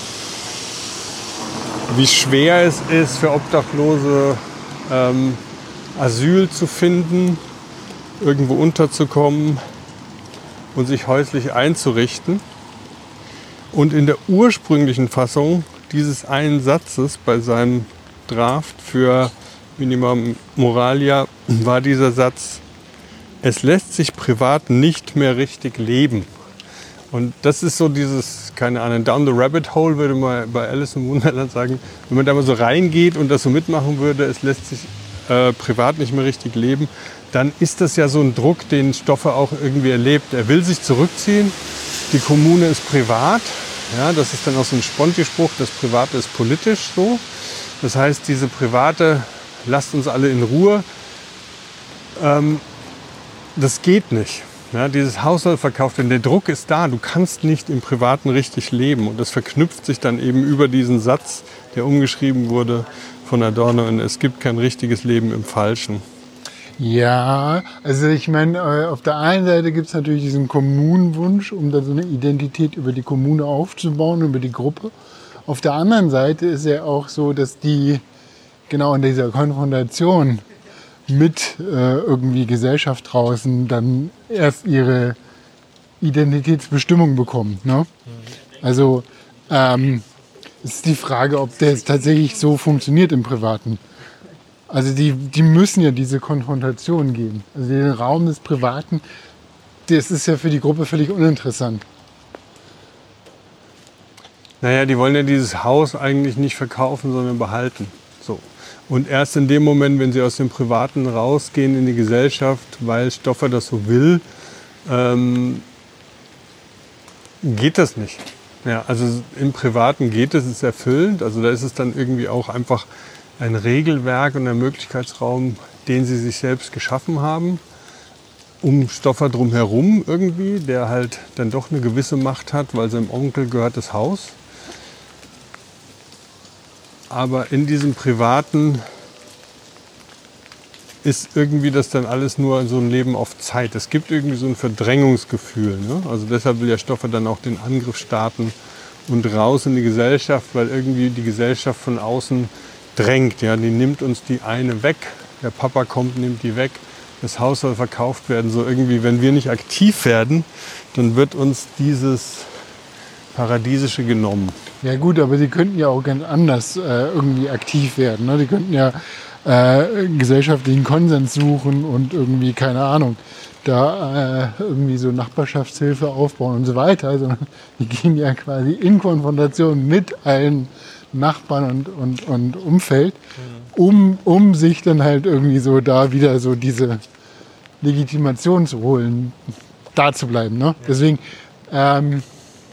wie schwer es ist für Obdachlose ähm, Asyl zu finden, irgendwo unterzukommen und sich häuslich einzurichten. Und in der ursprünglichen Fassung dieses einen Satzes bei seinem Draft für Minima Moralia war dieser Satz: Es lässt sich privat nicht mehr richtig leben. Und das ist so dieses, keine Ahnung, down the rabbit hole, würde man bei Alice im Wunderland sagen. Wenn man da mal so reingeht und das so mitmachen würde, es lässt sich äh, privat nicht mehr richtig leben, dann ist das ja so ein Druck, den Stoffe auch irgendwie erlebt. Er will sich zurückziehen. Die Kommune ist privat, ja, das ist dann auch so ein Sponti-Spruch, das Private ist politisch so. Das heißt, diese Private, lasst uns alle in Ruhe, ähm, das geht nicht. Ja, dieses Haus soll verkauft werden, der Druck ist da, du kannst nicht im Privaten richtig leben. Und das verknüpft sich dann eben über diesen Satz, der umgeschrieben wurde von Adorno, und es gibt kein richtiges Leben im Falschen. Ja, also ich meine, auf der einen Seite gibt es natürlich diesen Kommunenwunsch, um da so eine Identität über die Kommune aufzubauen, über die Gruppe. Auf der anderen Seite ist ja auch so, dass die genau in dieser Konfrontation mit äh, irgendwie Gesellschaft draußen dann erst ihre Identitätsbestimmung bekommen. Ne? Also ähm, es ist die Frage, ob das tatsächlich so funktioniert im Privaten. Also die, die müssen ja diese Konfrontation geben. Also den Raum des Privaten, das ist ja für die Gruppe völlig uninteressant. Naja, die wollen ja dieses Haus eigentlich nicht verkaufen, sondern behalten. So. Und erst in dem Moment, wenn sie aus dem Privaten rausgehen in die Gesellschaft, weil Stoffer das so will, ähm, geht das nicht. Ja, also im Privaten geht es, ist erfüllend. Also da ist es dann irgendwie auch einfach ein Regelwerk und ein Möglichkeitsraum, den sie sich selbst geschaffen haben, um Stoffer drumherum irgendwie, der halt dann doch eine gewisse Macht hat, weil seinem Onkel gehört das Haus. Aber in diesem Privaten ist irgendwie das dann alles nur so ein Leben auf Zeit. Es gibt irgendwie so ein Verdrängungsgefühl. Ne? Also deshalb will ja Stoffer dann auch den Angriff starten und raus in die Gesellschaft, weil irgendwie die Gesellschaft von außen drängt. Ja? Die nimmt uns die eine weg, der Papa kommt, nimmt die weg, das Haus soll verkauft werden. So irgendwie, wenn wir nicht aktiv werden, dann wird uns dieses Paradiesische genommen. Ja gut, aber sie könnten ja auch ganz anders äh, irgendwie aktiv werden. Ne? Die könnten ja äh, gesellschaftlichen Konsens suchen und irgendwie, keine Ahnung, da äh, irgendwie so Nachbarschaftshilfe aufbauen und so weiter. Sondern die gehen ja quasi in Konfrontation mit allen Nachbarn und, und, und Umfeld, um, um sich dann halt irgendwie so da wieder so diese Legitimation zu holen, da zu bleiben. Ne? Deswegen, ähm,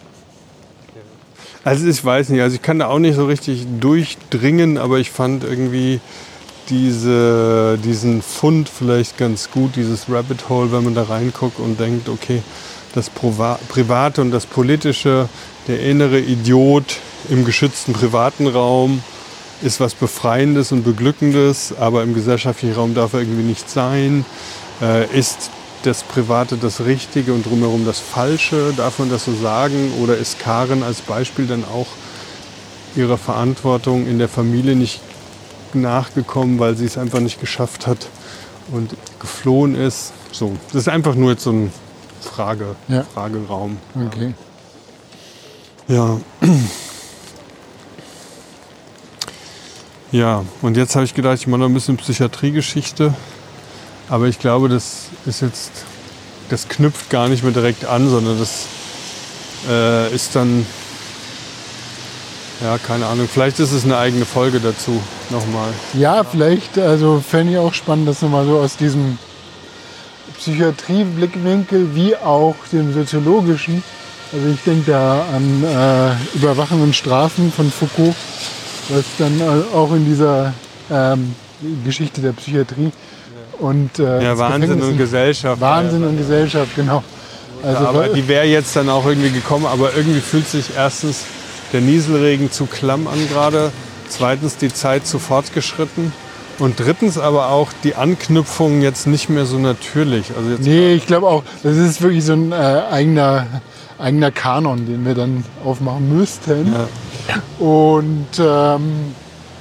Also ich weiß nicht, also ich kann da auch nicht so richtig durchdringen, aber ich fand irgendwie diese, diesen Fund vielleicht ganz gut, dieses Rabbit Hole, wenn man da reinguckt und denkt, okay, das Private und das Politische, der innere Idiot im geschützten privaten Raum ist was Befreiendes und Beglückendes, aber im gesellschaftlichen Raum darf er irgendwie nicht sein, äh, ist das Private das Richtige und drumherum das Falsche? Darf man das so sagen? Oder ist Karen als Beispiel dann auch ihrer Verantwortung in der Familie nicht nachgekommen, weil sie es einfach nicht geschafft hat und geflohen ist? So, das ist einfach nur jetzt so ein Frage, Ja. Frageraum. Okay. Ja. Ja, und jetzt habe ich gedacht, ich mache noch ein bisschen Psychiatriegeschichte. Aber ich glaube, das ist jetzt, das knüpft gar nicht mehr direkt an, sondern das äh, ist dann, ja, keine Ahnung, vielleicht ist es eine eigene Folge dazu nochmal. Ja, vielleicht, also fände ich auch spannend, das nochmal so aus diesem Psychiatrie-Blickwinkel wie auch dem soziologischen. Also ich denke da an äh, Überwachen und Strafen von Foucault, was dann auch in dieser ähm, Geschichte der Psychiatrie und äh, Ja, das Wahnsinn Gefängnis- und Gesellschaft. Wahnsinn und Gesellschaft, genau. Also, Ja, aber die wäre jetzt dann auch irgendwie gekommen, aber irgendwie fühlt sich erstens der Nieselregen zu klamm an gerade, zweitens die Zeit zu fortgeschritten und drittens aber auch die Anknüpfung jetzt nicht mehr so natürlich. Also jetzt nee, ich glaube auch, das ist wirklich so ein äh, eigener, eigener Kanon, den wir dann aufmachen müssten. Ja. Und, ähm,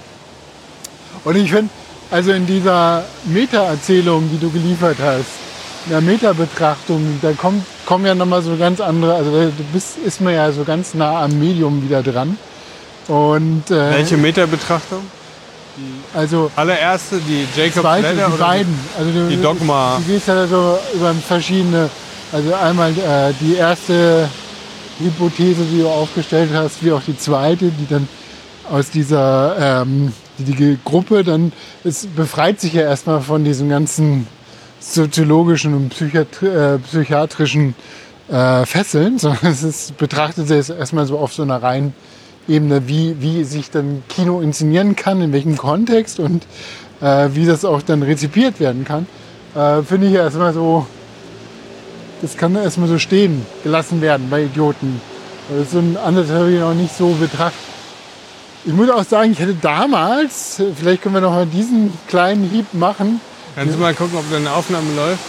und ich finde, also in dieser Meta-Erzählung, die du geliefert hast, in der Meta-Betrachtung, da kommt, kommen ja nochmal so ganz andere, also da- du bist, ist man ja so ganz nah am Medium wieder dran. Und äh, Welche Meta-Betrachtung? also Allererste, die Jacob zweite, Ladder die oder beiden. Also du, die Dogma? Du gehst ja so über verschiedene, also einmal äh, die erste Hypothese, die du aufgestellt hast, wie auch die zweite, die dann aus dieser ähm, die, die Gruppe dann, es befreit sich ja erstmal von diesen ganzen soziologischen und psychiatri äh, psychiatrischen äh, Fesseln, sondern es ist, betrachtet es erstmal so auf so einer reinen Ebene, wie, wie sich dann Kino inszenieren kann, in welchem Kontext und äh, wie das auch dann rezipiert werden kann. Äh, Finde ich ja erstmal so, das kann erstmal so stehen gelassen werden bei Idioten. Das ist so ein anderes habe ich noch nicht so betrachtet. Ich muss auch sagen, ich hätte damals, vielleicht können wir noch mal diesen kleinen Hieb machen. Kannst du mal gucken, ob deine Aufnahme läuft?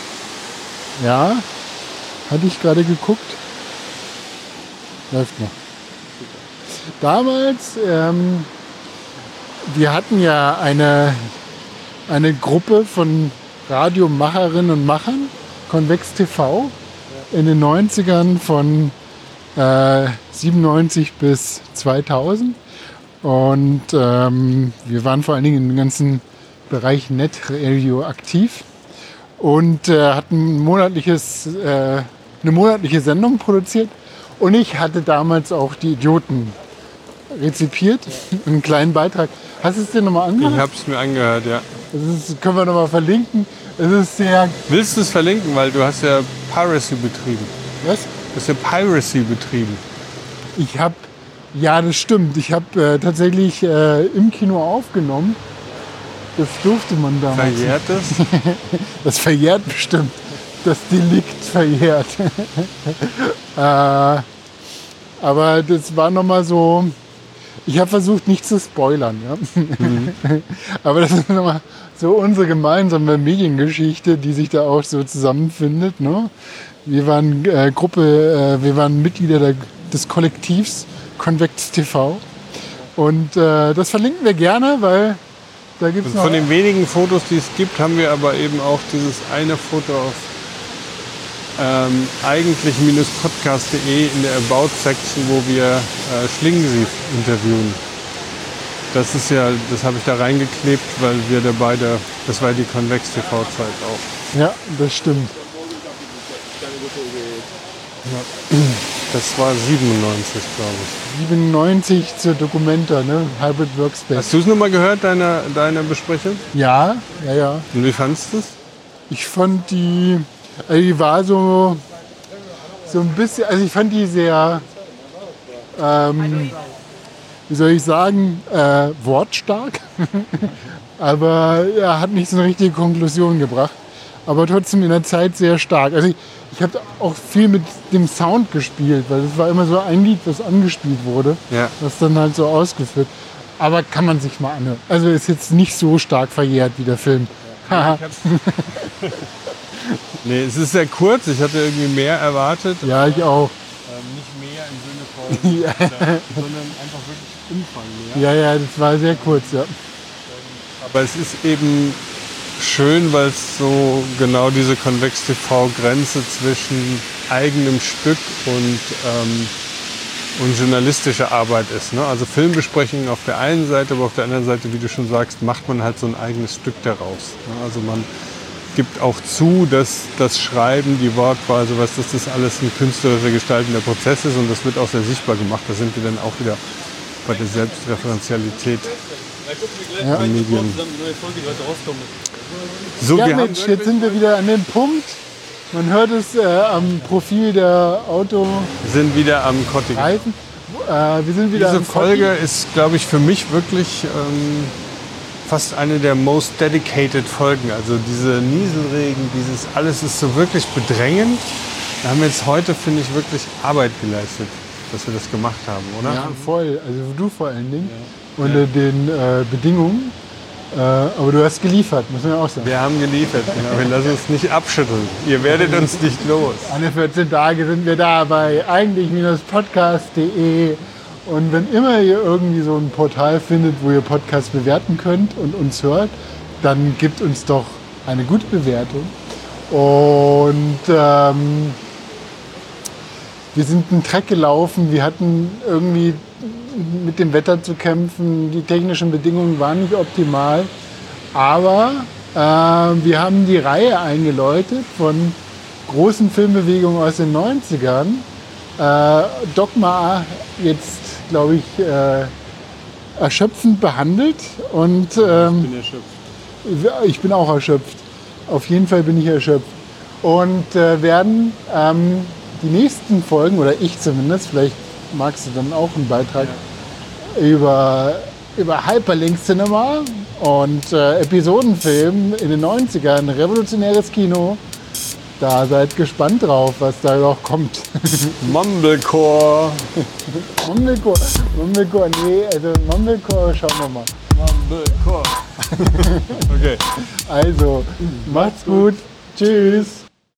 Ja, hatte ich gerade geguckt. Läuft noch. Damals, ähm, wir hatten ja eine, eine Gruppe von Radiomacherinnen und Machern, Convex T V, in den neunzigern von äh, siebenundneunzig bis zweitausend. Und ähm, wir waren vor allen Dingen im ganzen Bereich Netradio aktiv und äh, hatten ein monatliches, äh, eine monatliche Sendung produziert. Und ich hatte damals auch die Idioten rezipiert, einen kleinen Beitrag. Hast du es dir nochmal angehört? Ich habe es mir angehört, ja. Das ist, können wir nochmal verlinken. Es ist sehr... Willst du es verlinken? Weil du hast ja Piracy betrieben. Was? Du hast ja Piracy betrieben. Ich habe... Ja, das stimmt. Ich habe äh, tatsächlich äh, im Kino aufgenommen. Das durfte man damals. Verjährt es? Das verjährt bestimmt. Das Delikt verjährt. äh, aber das war nochmal so... Ich habe versucht, nicht zu spoilern. Ja? Mhm. Aber das ist nochmal so unsere gemeinsame Mediengeschichte, die sich da auch so zusammenfindet. Ne? Wir waren äh, Gruppe, äh, wir waren Mitglieder der, des Kollektivs Convex T V. Und äh, das verlinken wir gerne, weil da gibt es noch... Von den wenigen Fotos, die es gibt, haben wir aber eben auch dieses eine Foto auf ähm, eigentlich-podcast punkt de in der About-Section, wo wir äh, Schlingensief interviewen. Das ist ja, das habe ich da reingeklebt, weil wir da beide, das war die Convex T V-Zeit auch. Ja, das stimmt. Ja. Das war siebenundneunzig, glaube ich. siebenundneunzig zur Documenta, ne? Hybrid Workspace. Hast du es nochmal gehört, deine, deine Besprechung? Ja, ja, ja. Und wie fandest du es? Ich fand die, also die war so, so ein bisschen, also ich fand die sehr, ähm, wie soll ich sagen, äh, wortstark. Aber er hat nicht so eine richtige Konklusion gebracht. Aber trotzdem in der Zeit sehr stark. Also ich, ich habe auch viel mit dem Sound gespielt, weil das war immer so ein Lied, das angespielt wurde, Ja. das dann halt so ausgeführt. Aber kann man sich mal anhören. Also ist jetzt nicht so stark verjährt wie der Film. Haha. Nee, es ist sehr kurz. Ich hatte irgendwie mehr erwartet. Ja, ich auch. Ähm, nicht mehr im Sinne von, Ja. äh, sondern einfach wirklich Umfang mehr. Ja, ja, das war sehr kurz, ja. Aber es ist eben schön, weil es so genau diese Konvex-T V-Grenze zwischen eigenem Stück und, ähm, und journalistischer Arbeit ist. Ne? Also Filmbesprechungen auf der einen Seite, aber auf der anderen Seite, wie du schon sagst, macht man halt so ein eigenes Stück daraus. Ne? Also man gibt auch zu, dass das Schreiben, die Wortwahl, sowas, dass das alles ein künstlerischer gestaltender Prozess ist und das wird auch sehr sichtbar gemacht. Da sind wir dann auch wieder bei der Selbstreferenzialität Ja. der Medien. So, Ja, wir Mensch, haben jetzt sind wir wieder an dem Punkt. Man hört es äh, am Profil der Autoreifen. sind wieder am Kottigen. Äh, wir sind wieder Diese am Folge ist, glaube ich, für mich wirklich ähm, fast eine der most dedicated Folgen. Also diese Nieselregen, dieses alles ist so wirklich bedrängend. Da haben wir jetzt heute, finde ich, wirklich Arbeit geleistet, dass wir das gemacht haben, oder? Ja, voll. Also du vor allen Dingen. Unter den äh, Bedingungen. Äh, aber du hast geliefert, muss man ja auch sagen. Wir haben geliefert, genau. Wir lassen uns nicht abschütteln. Ihr werdet uns nicht los. Alle vierzehn Tage sind wir da bei eigentlich podcast punkt de. Und wenn immer ihr irgendwie so ein Portal findet, wo ihr Podcasts bewerten könnt und uns hört, dann gebt uns doch eine gute Bewertung. Und ähm, wir sind einen Track gelaufen, wir hatten irgendwie mit dem Wetter zu kämpfen, die technischen Bedingungen waren nicht optimal, aber äh, wir haben die Reihe eingeläutet von großen Filmbewegungen aus den neunzigern. Äh, Dogma jetzt, glaube ich, äh, erschöpfend behandelt und ähm, Ich bin erschöpft. ich bin auch erschöpft. Auf jeden Fall bin ich erschöpft. Und äh, werden ähm, die nächsten Folgen, oder ich zumindest, vielleicht magst du dann auch einen Beitrag ja. über, über Hyperlink Cinema und äh, Episodenfilm in den neunzigern, revolutionäres Kino. Da seid gespannt drauf, was da noch kommt. Mumblecore. Mumblecore, Mumblecore, nee, also Mumblecore, schauen wir mal. Mumblecore. Okay. Also, macht's gut. Tschüss.